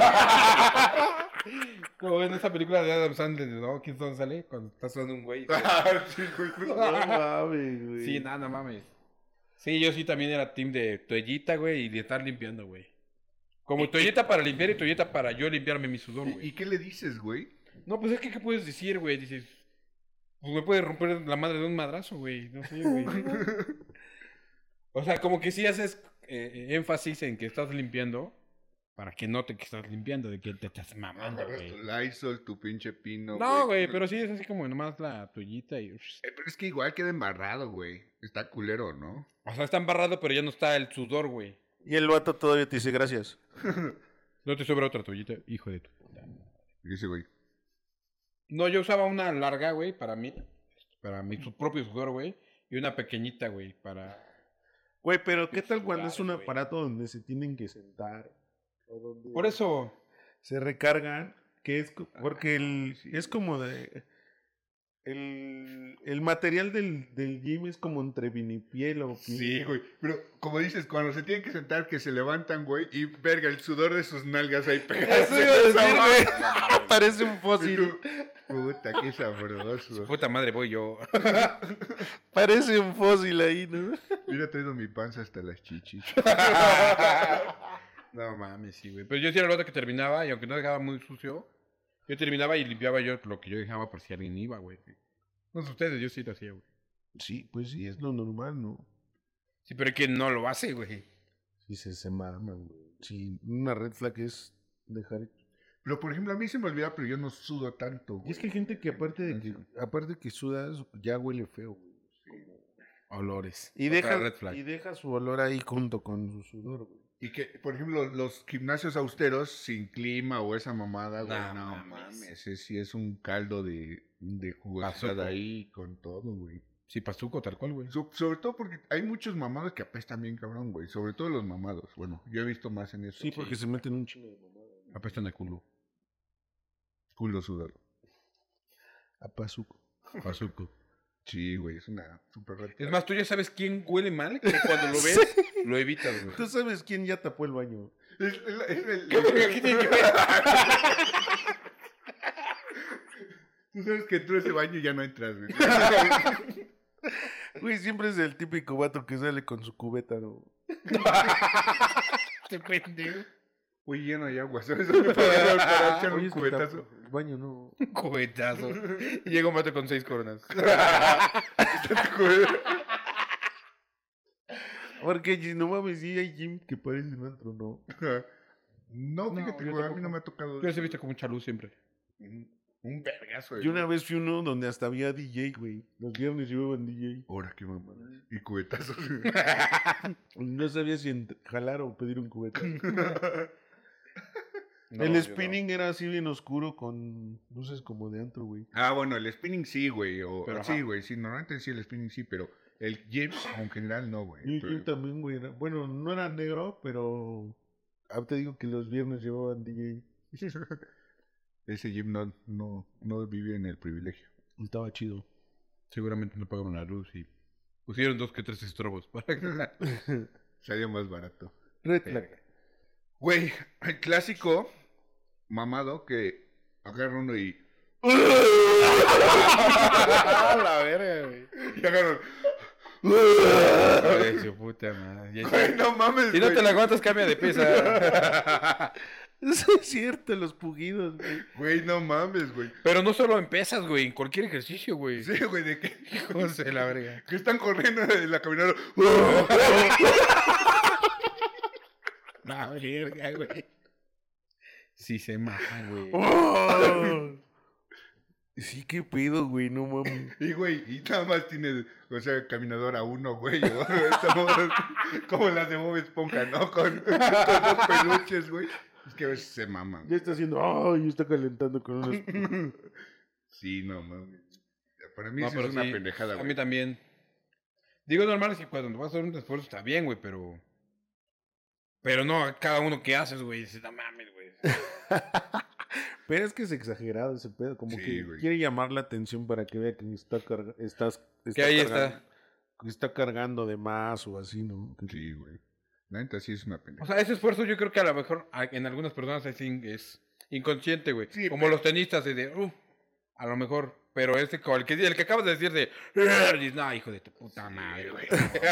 Como en esa película de Adam Sandler, ¿no? ¿Quién son sale? Cuando está sonando un güey. Sí, güey. No mames, güey. Sí, nada, no mames. Sí, yo sí también era team de toallita, güey, y de estar limpiando, güey. Como toallita para limpiar y toallita para yo limpiarme mi sudor, ¿Y güey. qué le dices, güey? No, pues es que, ¿qué puedes decir, güey? Dices, pues me puede romper la madre de un madrazo, güey. No sé, güey. O sea, como que sí haces énfasis en que estás limpiando para que note que estás limpiando, de que te estás mamando, Agarras güey. tu Lysol, tu pinche pino, No, güey, pero sí es así como nomás la toallita y... Pero es que igual queda embarrado, güey. Está culero, ¿no? O sea, está embarrado, pero ya no está el sudor, güey. Y el vato todavía te dice gracias. No te sobra otra toallita, hijo de tu puta. Y dice, güey. No, yo usaba una larga, güey, para mi propio sudor, güey, y una pequeñita, güey, para... Güey, pero ¿qué tal cuando Claro, es un güey. aparato donde se tienen que sentar? O donde Por eso, se recargan, que es porque es como de... El material del gym es como entre vinipiel o piel. Sí, güey. Pero como dices, cuando se tienen que sentar, que se levantan, güey, y verga, el sudor de sus nalgas ahí pegado. Eso iba a decir, güey. Parece un fósil. Puta, qué sabroso. puta madre voy yo. Parece un fósil ahí, ¿no? Mira, traigo mi panza hasta las chichis. No mames, sí, güey. Pero yo sí era el vato que terminaba, y aunque no dejaba muy sucio, yo terminaba y limpiaba yo lo que yo dejaba por si alguien iba, güey. No sé ustedes, yo sí lo hacía, güey. Sí, pues sí, es lo normal, ¿no? Sí, pero es que no lo hace, güey. Sí, se maman, güey. Sí, una red flag es dejar... Pero, por ejemplo, a mí se me olvida, pero yo no sudo tanto, güey. Y es que hay gente que aparte que sudas, ya huele feo, güey. Olores. Y Otra deja, red flag. y deja su olor ahí junto con su sudor, güey. Y que, por ejemplo, los gimnasios austeros sin clima o esa mamada, güey. No, No, mames. mames. Ese sí es un caldo de jugosidad Pazuco. ahí con todo, güey. Sí, pastuco, tal cual, güey. Sobre todo porque hay muchos mamados que apestan bien cabrón, güey. Sobre todo los mamados. Bueno, yo he visto más en eso. Sí, porque se meten un chingo de mamada. güey. Apestan de culo. Culo sudado. A pazuco. Pastuco. Sí, güey, es una super red Es flag. más, tú ya sabes quién huele mal, que cuando lo ves, lo evitas, güey. ¿Tú sabes quién ya tapó el baño? ¿Qué verga, qué tiene que ver? Tú sabes que tú ese baño ya no entras, güey. Güey, siempre es el típico vato que sale con su cubeta, ¿no? Este pendejo. Güey, lleno de agua, ¿sabes? Para echar Oye, un es que cubetazo. el baño no... Un cubetazo. Y llega un vato con 6 coronas. Porque no mames, sí hay gym que parecen antro, ¿no? No, fíjate, yo güey, a mí tampoco. no me ha tocado. Yo se viste como mucha luz siempre. Un vergazo, güey. Yo una vez fui uno donde hasta había DJ, güey. Los viernes llevaban DJ. Ahora qué mamada. Y cubetazos. No sabía si jalar o pedir un cubeta. No, El yo spinning era así bien oscuro con luces como de antro, güey. Ah, bueno, el spinning sí, güey. Pero, Sí, ajá. güey, sí, normalmente sí el spinning sí, pero el gym en general no, güey. Y yo también, güey. Bueno, no era negro, pero... te digo que los viernes llevaban DJ. Ese gym no vive en el privilegio. Y estaba chido. no. Seguramente no pagaron la luz y pusieron 2 que 3 estrobos para que Salía más barato. Red flag. Güey, el clásico mamado que agarra uno y... la verga, güey. Y agarra... Ay, su puta madre. Güey, no mames, Si no güey. te la aguantas, cambia de pesa. Eso es cierto, los pugidos, güey. Güey, no mames, güey. Pero no solo en pesas, güey, en cualquier ejercicio, güey. Sí, güey, de que... Hijos de la verga. Que están corriendo en la caminadora. La verga, güey. Sí se maja, güey. ¡Oh! Sí, qué pedo, güey, no mames. Y, güey, y nada más tiene, o sea, caminadora 1, güey. Estamos como las de Bob Esponja, ¿no? Con dos peluches, güey. Es que a veces se maman. Ya está haciendo, ay, está calentando con unos... Sí, no mames. Para mí No, eso pero es una sí, pendejada, a güey. mí también. Digo, normal es que cuando vas a hacer un esfuerzo está bien, güey, pero... Pero no, cada uno que haces, güey, dices, no mames, güey. Pero es que es exagerado ese pedo, como Sí, que güey. quiere llamar la atención para que vea que está Que ahí cargando, está. que está cargando de más o así, ¿no? Sí, güey. La neta sí es una O pendejada. sea, ese esfuerzo yo creo que a lo mejor en algunas personas es inconsciente, güey. Sí, Como pero- los tenistas, a lo mejor. Pero el que acabas de decir de... Dices, no, hijo de tu puta madre, güey.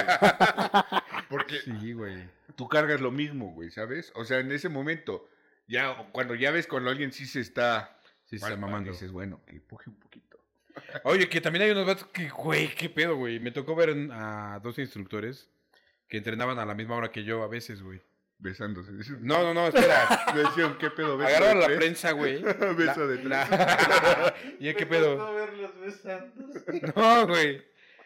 Porque Sí, güey. tú cargas lo mismo, güey, ¿sabes? O sea, en ese momento, ya cuando ya ves cuando alguien sí se está... Sí, se está mamando. Dices, bueno, que empuje un poquito. Oye, que también hay unos vatos que, güey, qué pedo, güey. Me tocó ver a 2 instructores que entrenaban a la misma hora que yo a veces, güey. Besándose. No, espera. Decían, ¿qué pedo? ¿Beso Agarraron de la tres? prensa, güey. Beso de tres. ¿Y qué pedo? verlos besando. No, güey.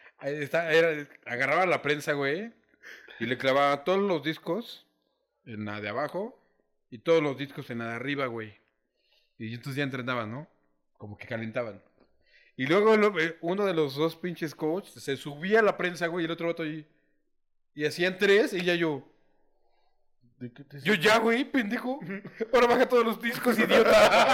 Agarraba la prensa, güey. Y le clavaba todos los discos en la de abajo y todos los discos en la de arriba, güey. Y entonces ya entrenaban, ¿no? Como que calentaban. Y luego uno de los dos pinches coaches se subía a la prensa, güey, y el otro vato ahí. Y hacían 3 y ya yo. ¿De qué te Yo ya, güey, pendejo. Ahora baja todos los discos, idiota.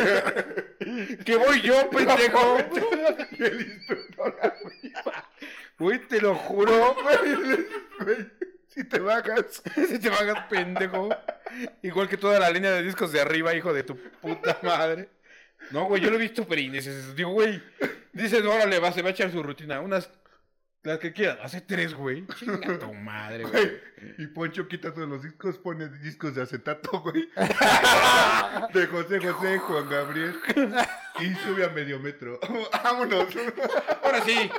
Que voy yo, pendejo. Y el instructor arriba. Güey, te lo juro. Güey, si te bajas. Si te bajas, pendejo. Igual que toda la línea de discos de arriba, hijo de tu puta madre. No, güey, yo lo he visto súper innecesario. Digo, güey, dices, órale, se va a echar su rutina. Las que quieras. Hace 3, güey. Chinga tu madre, güey. Güey, y Poncho quita todos los discos, pone discos de acetato, güey. De José José, Juan Gabriel. Y sube a medio metro. Vámonos. Ahora sí.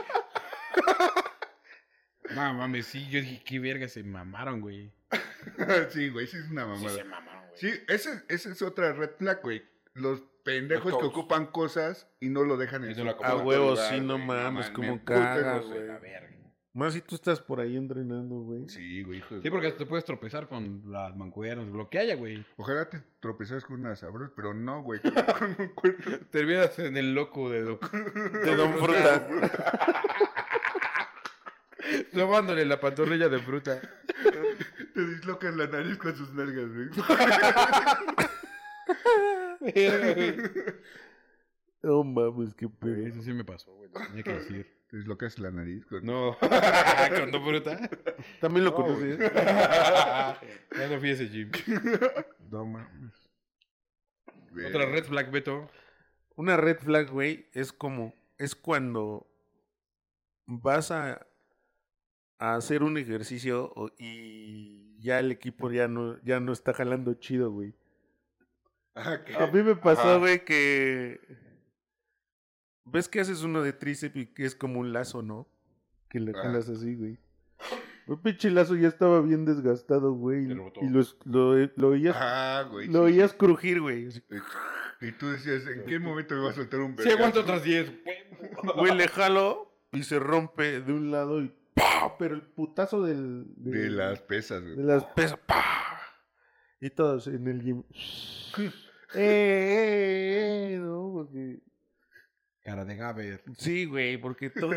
No mames, sí, yo dije, qué verga, se mamaron, güey. Sí, güey, sí es una Sí, mamada. se mamaron, güey. Sí, esa es otra red flag, güey. Los pendejos Los que coach. ocupan cosas y no lo dejan en Y no su lo A acomodan. huevo, lugar, sí, no güey. mames, me como emputa, caga, no sé. güey. La verga. Más si tú estás por ahí entrenando, güey. Sí, güey, hijo de... Sí, porque te puedes tropezar con las mancuernas, lo que haya, güey. Ojalá te tropezaras con unas sabros, pero no, güey. Con un cuerpo. Terminas en el loco de De Don Fruta. Tomándole la pantorrilla de fruta. Te dislocas la nariz con sus nalgas, güey. No mames, qué pedo. Eso sí me pasó, güey. Tenía que decir. Te dislocas la nariz con... No. ¿Con tu fruta? También lo No, conoces. Ya no fui a ese gym. No mames. Güey. Otra red flag, Beto. Una red flag, güey, es cuando vas a hacer un ejercicio y ya el equipo ya no está jalando chido, güey. Ah, ¿qué? A mí me Ajá. pasó, güey, que ves que haces uno de tríceps y que es como un lazo, ¿no? Que le Ajá. jalas así, güey. El pinche lazo ya estaba bien desgastado, güey. Te lo botó. Y lo oías, Ah, güey. lo sí. oías crujir, güey. Así, Y tú decías, ¿en qué momento me va a soltar un Sí, vergazo? aguanto otras 10. güey, le jalo y se rompe de un lado y ¡pah! Pero el putazo De las pesas, güey. de las pesas, ¡pah! Y todos en el gym. No, porque... Cara de Gaber. Sí, güey, porque todo...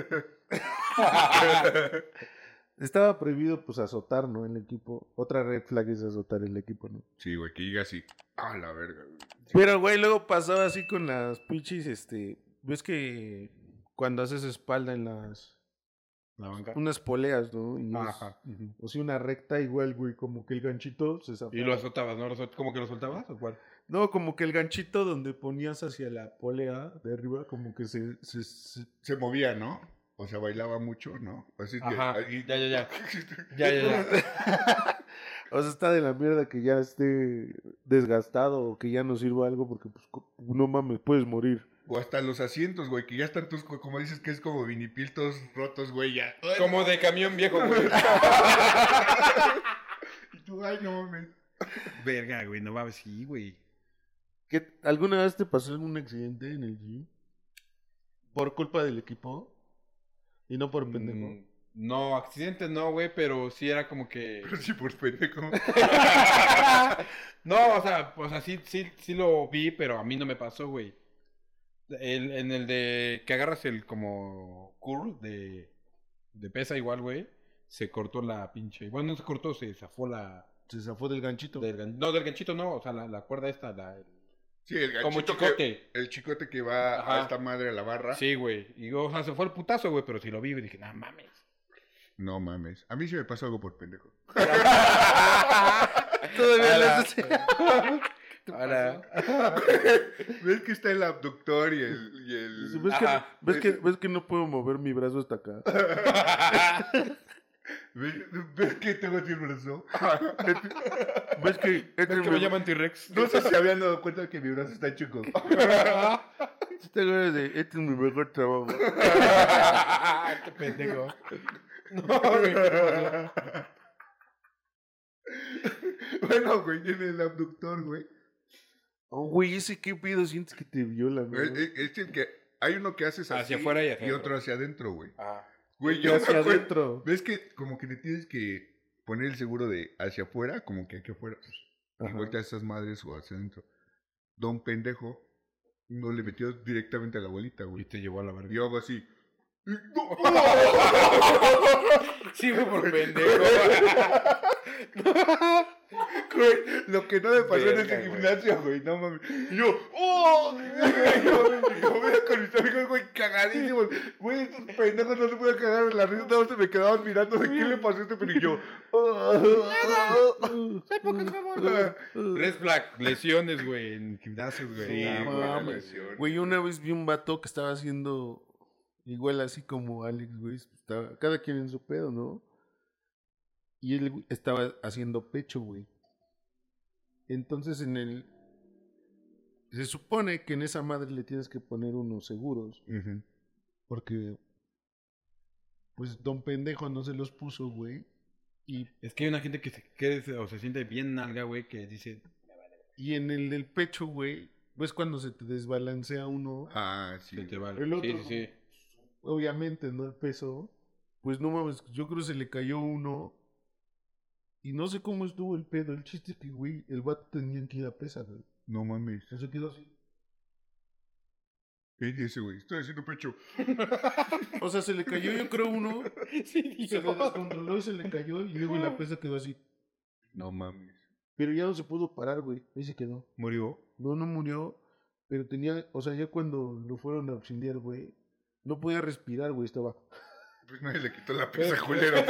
Estaba prohibido, pues, azotar, ¿no? El equipo. Otra red flag es azotar el equipo, ¿no? Sí, güey, que llega así. Ah, la verga, güey. Pero, güey, luego pasaba así con las pinches, ves que cuando haces espalda en La banca. unas poleas, ¿no? Y Ajá. o sea, una recta igual, güey, como que el ganchito se zafaba. Y lo soltabas, ¿no? ¿Cómo que lo soltabas o cuál? No, como que el ganchito donde ponías hacia la polea de arriba, como que Se movía, ¿no? O sea, bailaba mucho, ¿no? Así que... Ajá. ahí- Ya. Ya. O sea, está de la mierda que ya esté desgastado o que ya no sirva algo porque, pues, no mames, puedes morir. O hasta los asientos, güey, que ya están tus, como dices que es como vinipil todos rotos, güey, ya. Como de camión viejo, güey. Y tú, ay, no mames. Verga, güey, no mames, sí, güey. ¿Alguna vez te pasó algún accidente en el gym? ¿Por culpa del equipo? ¿Y no por pendejo? No, accidente no, güey, pero sí era como que... Pero sí, por pendejo. No, o sea, sí lo vi, pero a mí no me pasó, güey. En el de que agarras el como curl de pesa igual, güey, se cortó la pinche... Bueno, no se cortó, se zafó la... Se zafó del ganchito. No, del ganchito no, o sea, la cuerda esta, Sí, el ganchito. como chicote. El chicote que va Ajá. a esta madre a la barra. Sí, güey. Y o sea, se fue el putazo, güey, pero si lo vi, güey, dije, no mames. No mames. A mí sí me pasó algo por pendejo. Todavía Ala. le hace- Ahora, ¿Ves que está el abductor y el... Ajá. ¿Ves que no puedo mover mi brazo hasta acá? ¿Ves que tengo así el brazo? ¿Ves que ¿es que me llaman T-Rex? No sé si habían dado cuenta que mi brazo está chuco. te acuerdas de este es mi mejor trabajo? Qué pendejo. No, güey. Bueno, güey, en el abductor, güey. Oh, güey, ese qué pedo sientes que te viola, ¿no? Es el que hay uno que haces así Hacia afuera y hacia adentro. otro hacia adentro, güey. Ah. Güey, Y yo me hacia acuerdo- adentro. ¿Ves que como que le tienes que poner el seguro de hacia afuera, como que aquí afuera, y Ajá. volteas esas madres o hacia adentro? Don pendejo no le metió directamente a la abuelita, Y güey. te llevó a la Y verga. yo hago así. Sí, fue por pendejo. Güey, lo que no me pasó en Verga, ese güey. gimnasio, güey, no mames. Y yo, ¡oh! Yo veía con mis amigos, güey, cagadísimos. Güey, estos pendejos no se pueden cagar en la risa, nada más se me quedaban mirando de qué le pasó a este pero y yo. Red flag, lesiones, güey, en gimnasios, güey. Sí, No, güey, mames. lesión. Güey, una vez vi un vato que estaba haciendo igual así como Alex, güey. Estaba, cada quien en su pedo, ¿no? Y él güey, estaba haciendo pecho, güey. Entonces se supone que en esa madre le tienes que poner unos seguros. Ujú. Porque pues don pendejo no se los puso, güey. Y Es que hay una gente que se siente bien nalga, güey, que dice... Y en el del pecho, güey, pues cuando se te desbalancea uno, Ah, sí. Se te güey. vale. El otro- Sí, sí, sí. obviamente, ¿no? El peso, pues no mames, yo creo que se le cayó uno. Y no sé cómo estuvo el pedo. El chiste es que, güey, el vato tenía que ir a pesar, güey. No mames. Se quedó así. ¿Qué dice, güey? Estoy haciendo pecho. O sea, se le cayó, yo creo, uno. Sí, Se le descontroló y se le cayó. Y luego la pesa quedó así. No mames. Pero ya no se pudo parar, güey. Ahí se quedó. ¿Murió? No murió. Pero tenía, o sea, ya cuando lo fueron a auxiliar, güey, no podía respirar, güey. Estaba. Pues nadie le quitó la pesa, culero.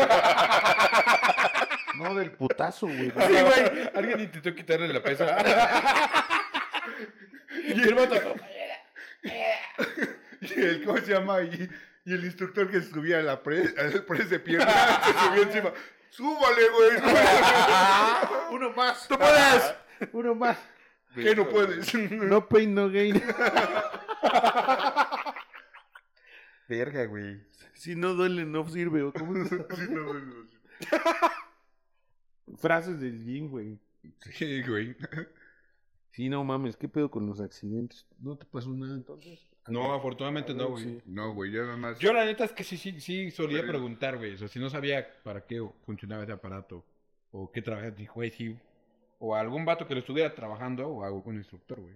No, del putazo, güey. Sí, güey. Alguien intentó quitarle la pesa. Y el vato... Y el, ¿cómo se llama? Y el instructor que se subía a la press de pierna se subió encima. ¡Súbale, güey! Uno más. ¡Tú puedes! Uno más. ¿Qué no puedes? No pain, no gain. Verga, güey. Si no duele, no sirve. ¿O cómo es? Sí, no, no. Frases del gym, güey. Sí, güey. Sí, no mames, ¿qué pedo con los accidentes? ¿No te pasó nada entonces? No, afortunadamente no, güey. Sí. No, güey, ya nada más. Yo la neta es que sí solía Pero- preguntar, güey. O sea, si no sabía para qué funcionaba ese aparato. O qué trabajaba, dije, güey, sí. O algún vato que lo estuviera trabajando o algún instructor, güey.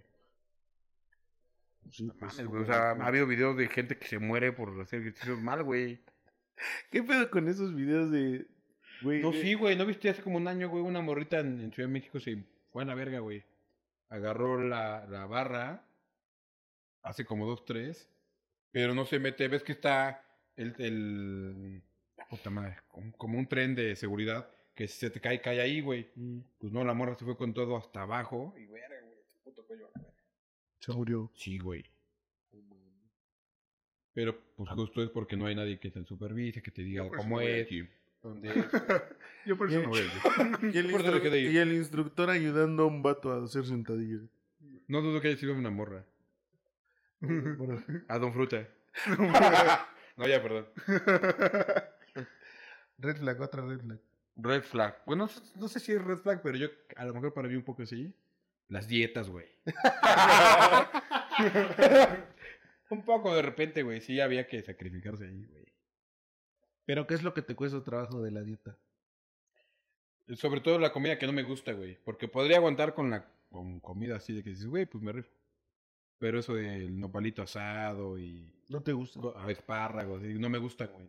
Sí, pues, Mames, güey. O sea, ha habido videos de gente que se muere por hacer ejercicios mal, güey. ¿Qué pedo con esos videos de... Güey, No, sí, güey. ¿No viste hace como un año, güey? Una morrita en Ciudad de México se fue a la verga, güey. Agarró la barra hace como 2, 3. Pero no se mete. ¿Ves que está la puta madre, como un tren de seguridad que si se te cae ahí, güey? Mm, Pues no, la morra se fue con todo hasta abajo. Y verga, güey. Su puto cuello. se murió. Sí, güey. Pero pues justo es porque no hay nadie que te supervise, que te diga Yo por eso cómo no voy es, aquí. dónde es. Yo por eso no voy aquí. Y el, Por eso le quedé ir. y el instructor ayudando a un vato a hacer sentadillas. No dudo que haya sido una morra. A Don Fruta. No, ya, perdón. Red flag, otra red flag. Red flag. Bueno, no sé si es red flag, pero yo a lo mejor para mí un poco así. Las dietas, güey. Un poco de repente, güey. Sí había que sacrificarse ahí, güey. Pero ¿qué es lo que te cuesta trabajo de la dieta? Sobre todo la comida que no me gusta, güey. Porque podría aguantar con comida así de que dices, güey, pues me rifo. Pero eso del nopalito asado y ¿No te gusta? espárragos, y no me gustan, güey.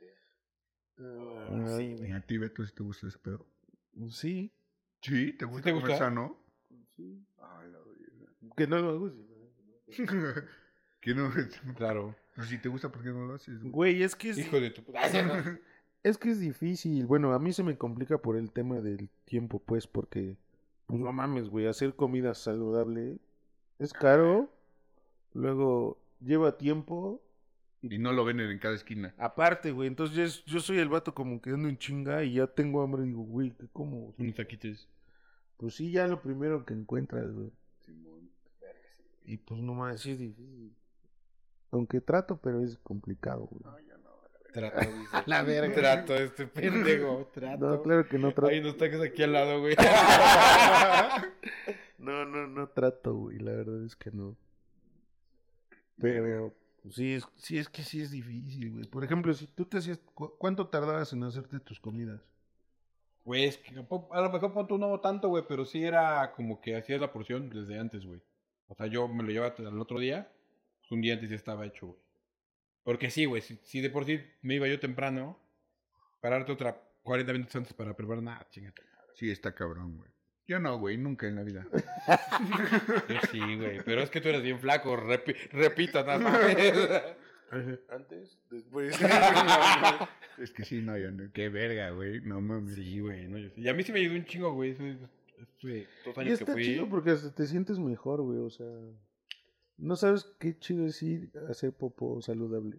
Ay, ¿A ti, Beto, si te gusta ese pedo? sí. Sí, ¿te gusta te comer gusta? sano? Sí. Ah, la verga. Que no lo gusta. ¿Qué no? Claro. Pero si te gusta, ¿por qué no lo haces? Güey, es que Hijo de tu puta. es que es difícil. Bueno, a mí se me complica por el tema del tiempo, pues, porque, pues no mames, güey, hacer comida saludable es caro, luego lleva tiempo. Y no lo venden en cada esquina. Aparte, güey, entonces yo soy el vato como que ando en chinga y ya tengo hambre y digo, güey, ¿qué como? Unos taquitos. Pues sí, ya lo primero que encuentras, güey. Y pues no mames, sí es difícil. Aunque trato, pero es complicado, güey. Trato, dice. La verga. Trato, este pendejo. Trato. No, claro que no trato. Hay unos tacos aquí al lado, güey. No trato, güey, la verdad es que no. Pero pues, sí es que sí es difícil, güey. Por ejemplo, si tú te hacías, ¿cuánto tardabas en hacerte tus comidas? Güey, es que a lo mejor punto no tanto, güey, pero sí era como que hacías la porción desde antes, güey. O sea, yo me lo llevaba al otro día, pues un día antes ya estaba hecho, güey. Porque sí, güey, si de por sí me iba yo temprano, pararte otra 40 minutos antes para preparar nada, chingate. Sí, está cabrón, güey. Yo no, güey, nunca en la vida. Yo sí, güey, pero es que tú eres bien flaco, repito, nada más. Antes, después. Es que sí, no, yo no. Qué verga, güey. No mames. Sí, güey, no, yo sí. Y a mí sí me ayudó un chingo, güey. Estuve 2 Y años que está fui. chido porque hasta te sientes mejor, güey, o sea, no sabes qué chido es ir a hacer popó saludable.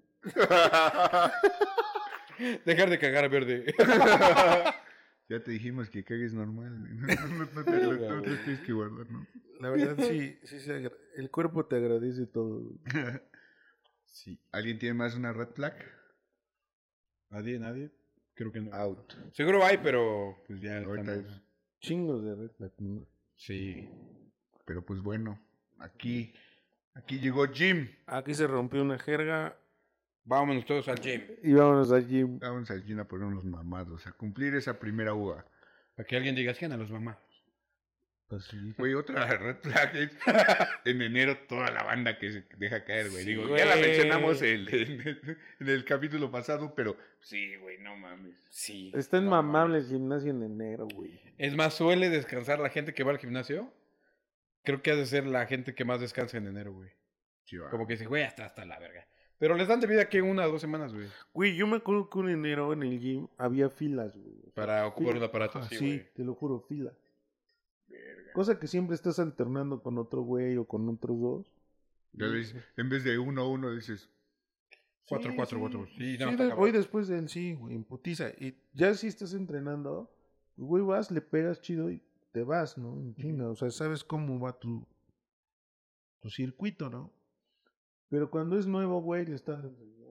Dejar de cagar verde. Ya te dijimos que cagues normal. No te tienes que guardar, ¿no? La verdad sí, el cuerpo te agradece todo, güey. Sí. ¿Alguien tiene más una red flag? Nadie. Creo que no. Out. Seguro hay, pero pues ya Ahorita estamos. es- Chingos de red flag, ¿no? Sí. Pero pues bueno, aquí llegó Jim. Aquí se rompió una jerga Vámonos todos al gym. y vámonos al gym. Vamos a Gina a poner unos mamados, a cumplir esa primera uva. Para que alguien diga, sigan a los mamás. Pues sí. Güey, otra red flag es en enero toda la banda que se deja caer, güey. Sí, Digo, güey. ya la mencionamos en el capítulo pasado, pero sí, güey, no mames. Sí. Está No inmamable el mames. gimnasio en enero, güey. Es más, suele descansar la gente que va al gimnasio. Creo que ha de ser la gente que más descansa en enero, güey. Sí, va. Como que dice, güey, hasta la verga. Pero les dan de vida que 1 o 2 semanas, güey. Güey, yo me acuerdo que en enero en el gym había filas, güey. O sea, Para ocupar fila. un aparato. Ajá, Sí, sí, güey. te lo juro, fila. Verga. Cosa que siempre estás alternando con otro güey o con otros dos. Ya ves, en vez de 1-1 dices, 4-4. Sí, no, Sí, está cabrón. voy después del sí, güey, en putiza. Y ya si estás entrenando, güey, vas, le pegas chido y te vas, ¿no? En chinga, o sea, sabes cómo va tu circuito, ¿no? Pero cuando es nuevo, güey, le están enseñando.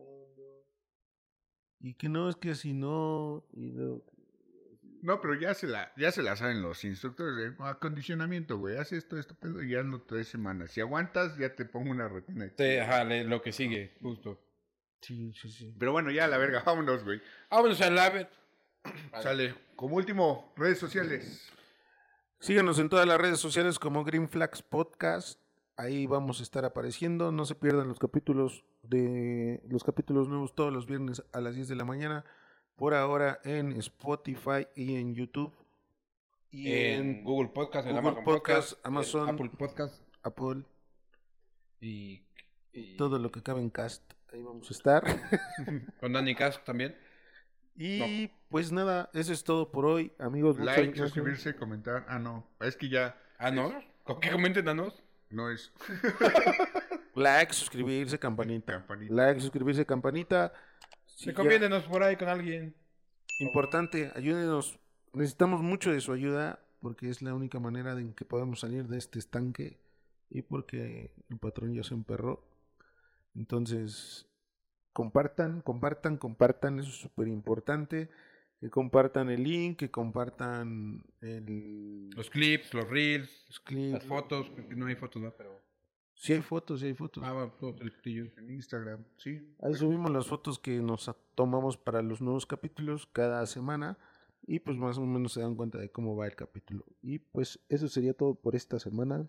Y que no, es que así no. Y luego, no, pero ya se la saben los instructores de acondicionamiento, güey. Haz esto, pedo, y ya no 3 semanas. Si aguantas, ya te pongo una rutina. Sí, ajá, lo que sigue, justo. sí. Pero bueno, ya a la verga, vámonos, güey. Vámonos al AVE. Sale. Como último, redes sociales. Síganos en todas las redes sociales como Green Flags Podcast. Ahí vamos a estar apareciendo. No se pierdan los capítulos nuevos todos los viernes a las 10 de la mañana. Por ahora en Spotify y en YouTube. Y En Google Podcast, en Google Amazon Podcast, Podcast, Amazon. Apple Podcast Apple, y todo lo que cabe en cast. Ahí vamos a estar. con Dani Cast también. Y pues nada, eso es todo por hoy, amigos. muchas Like, gracias. suscribirse, comentar. Ah, no. Es que ya Ah, ¿no? ¿Con qué comenten a nos? no es. Like, suscribirse, campanita. Campanita. Like, suscribirse, campanita. Si ya- Recomiéndenos por ahí con alguien. Importante, ayúdenos. Necesitamos mucho de su ayuda porque es la única manera en que podemos salir de este estanque y porque el patrón ya se emperró. Entonces, compartan, eso es súper importante. Que compartan el link, que compartan Los clips, los reels, los clips. las fotos. Porque no hay fotos, ¿no? Pero Sí hay fotos, sí hay fotos. Ah, bueno, todo el cutillo. En Instagram, sí. Ahí subimos las fotos que nos tomamos para los nuevos capítulos cada semana y pues más o menos se dan cuenta de cómo va el capítulo. Y pues eso sería todo por esta semana.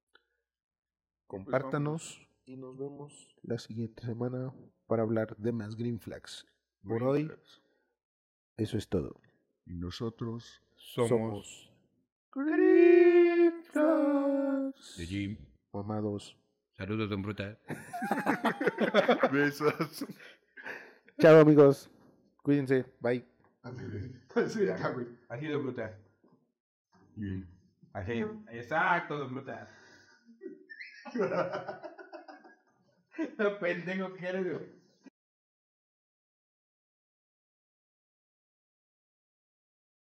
Compártanos y nos vemos la siguiente semana para hablar de más Green Flags. Por Green hoy, Flags. eso es todo. Y nosotros. Somos Green Flags. de Jim. Mamados. Saludos, don Bruta. Besos. Chao amigos. Cuídense. Bye. Sí, acá, güey. Así, don Bruta. Bien. Así. Exacto, don Bruta. Pendejo que eres, güey.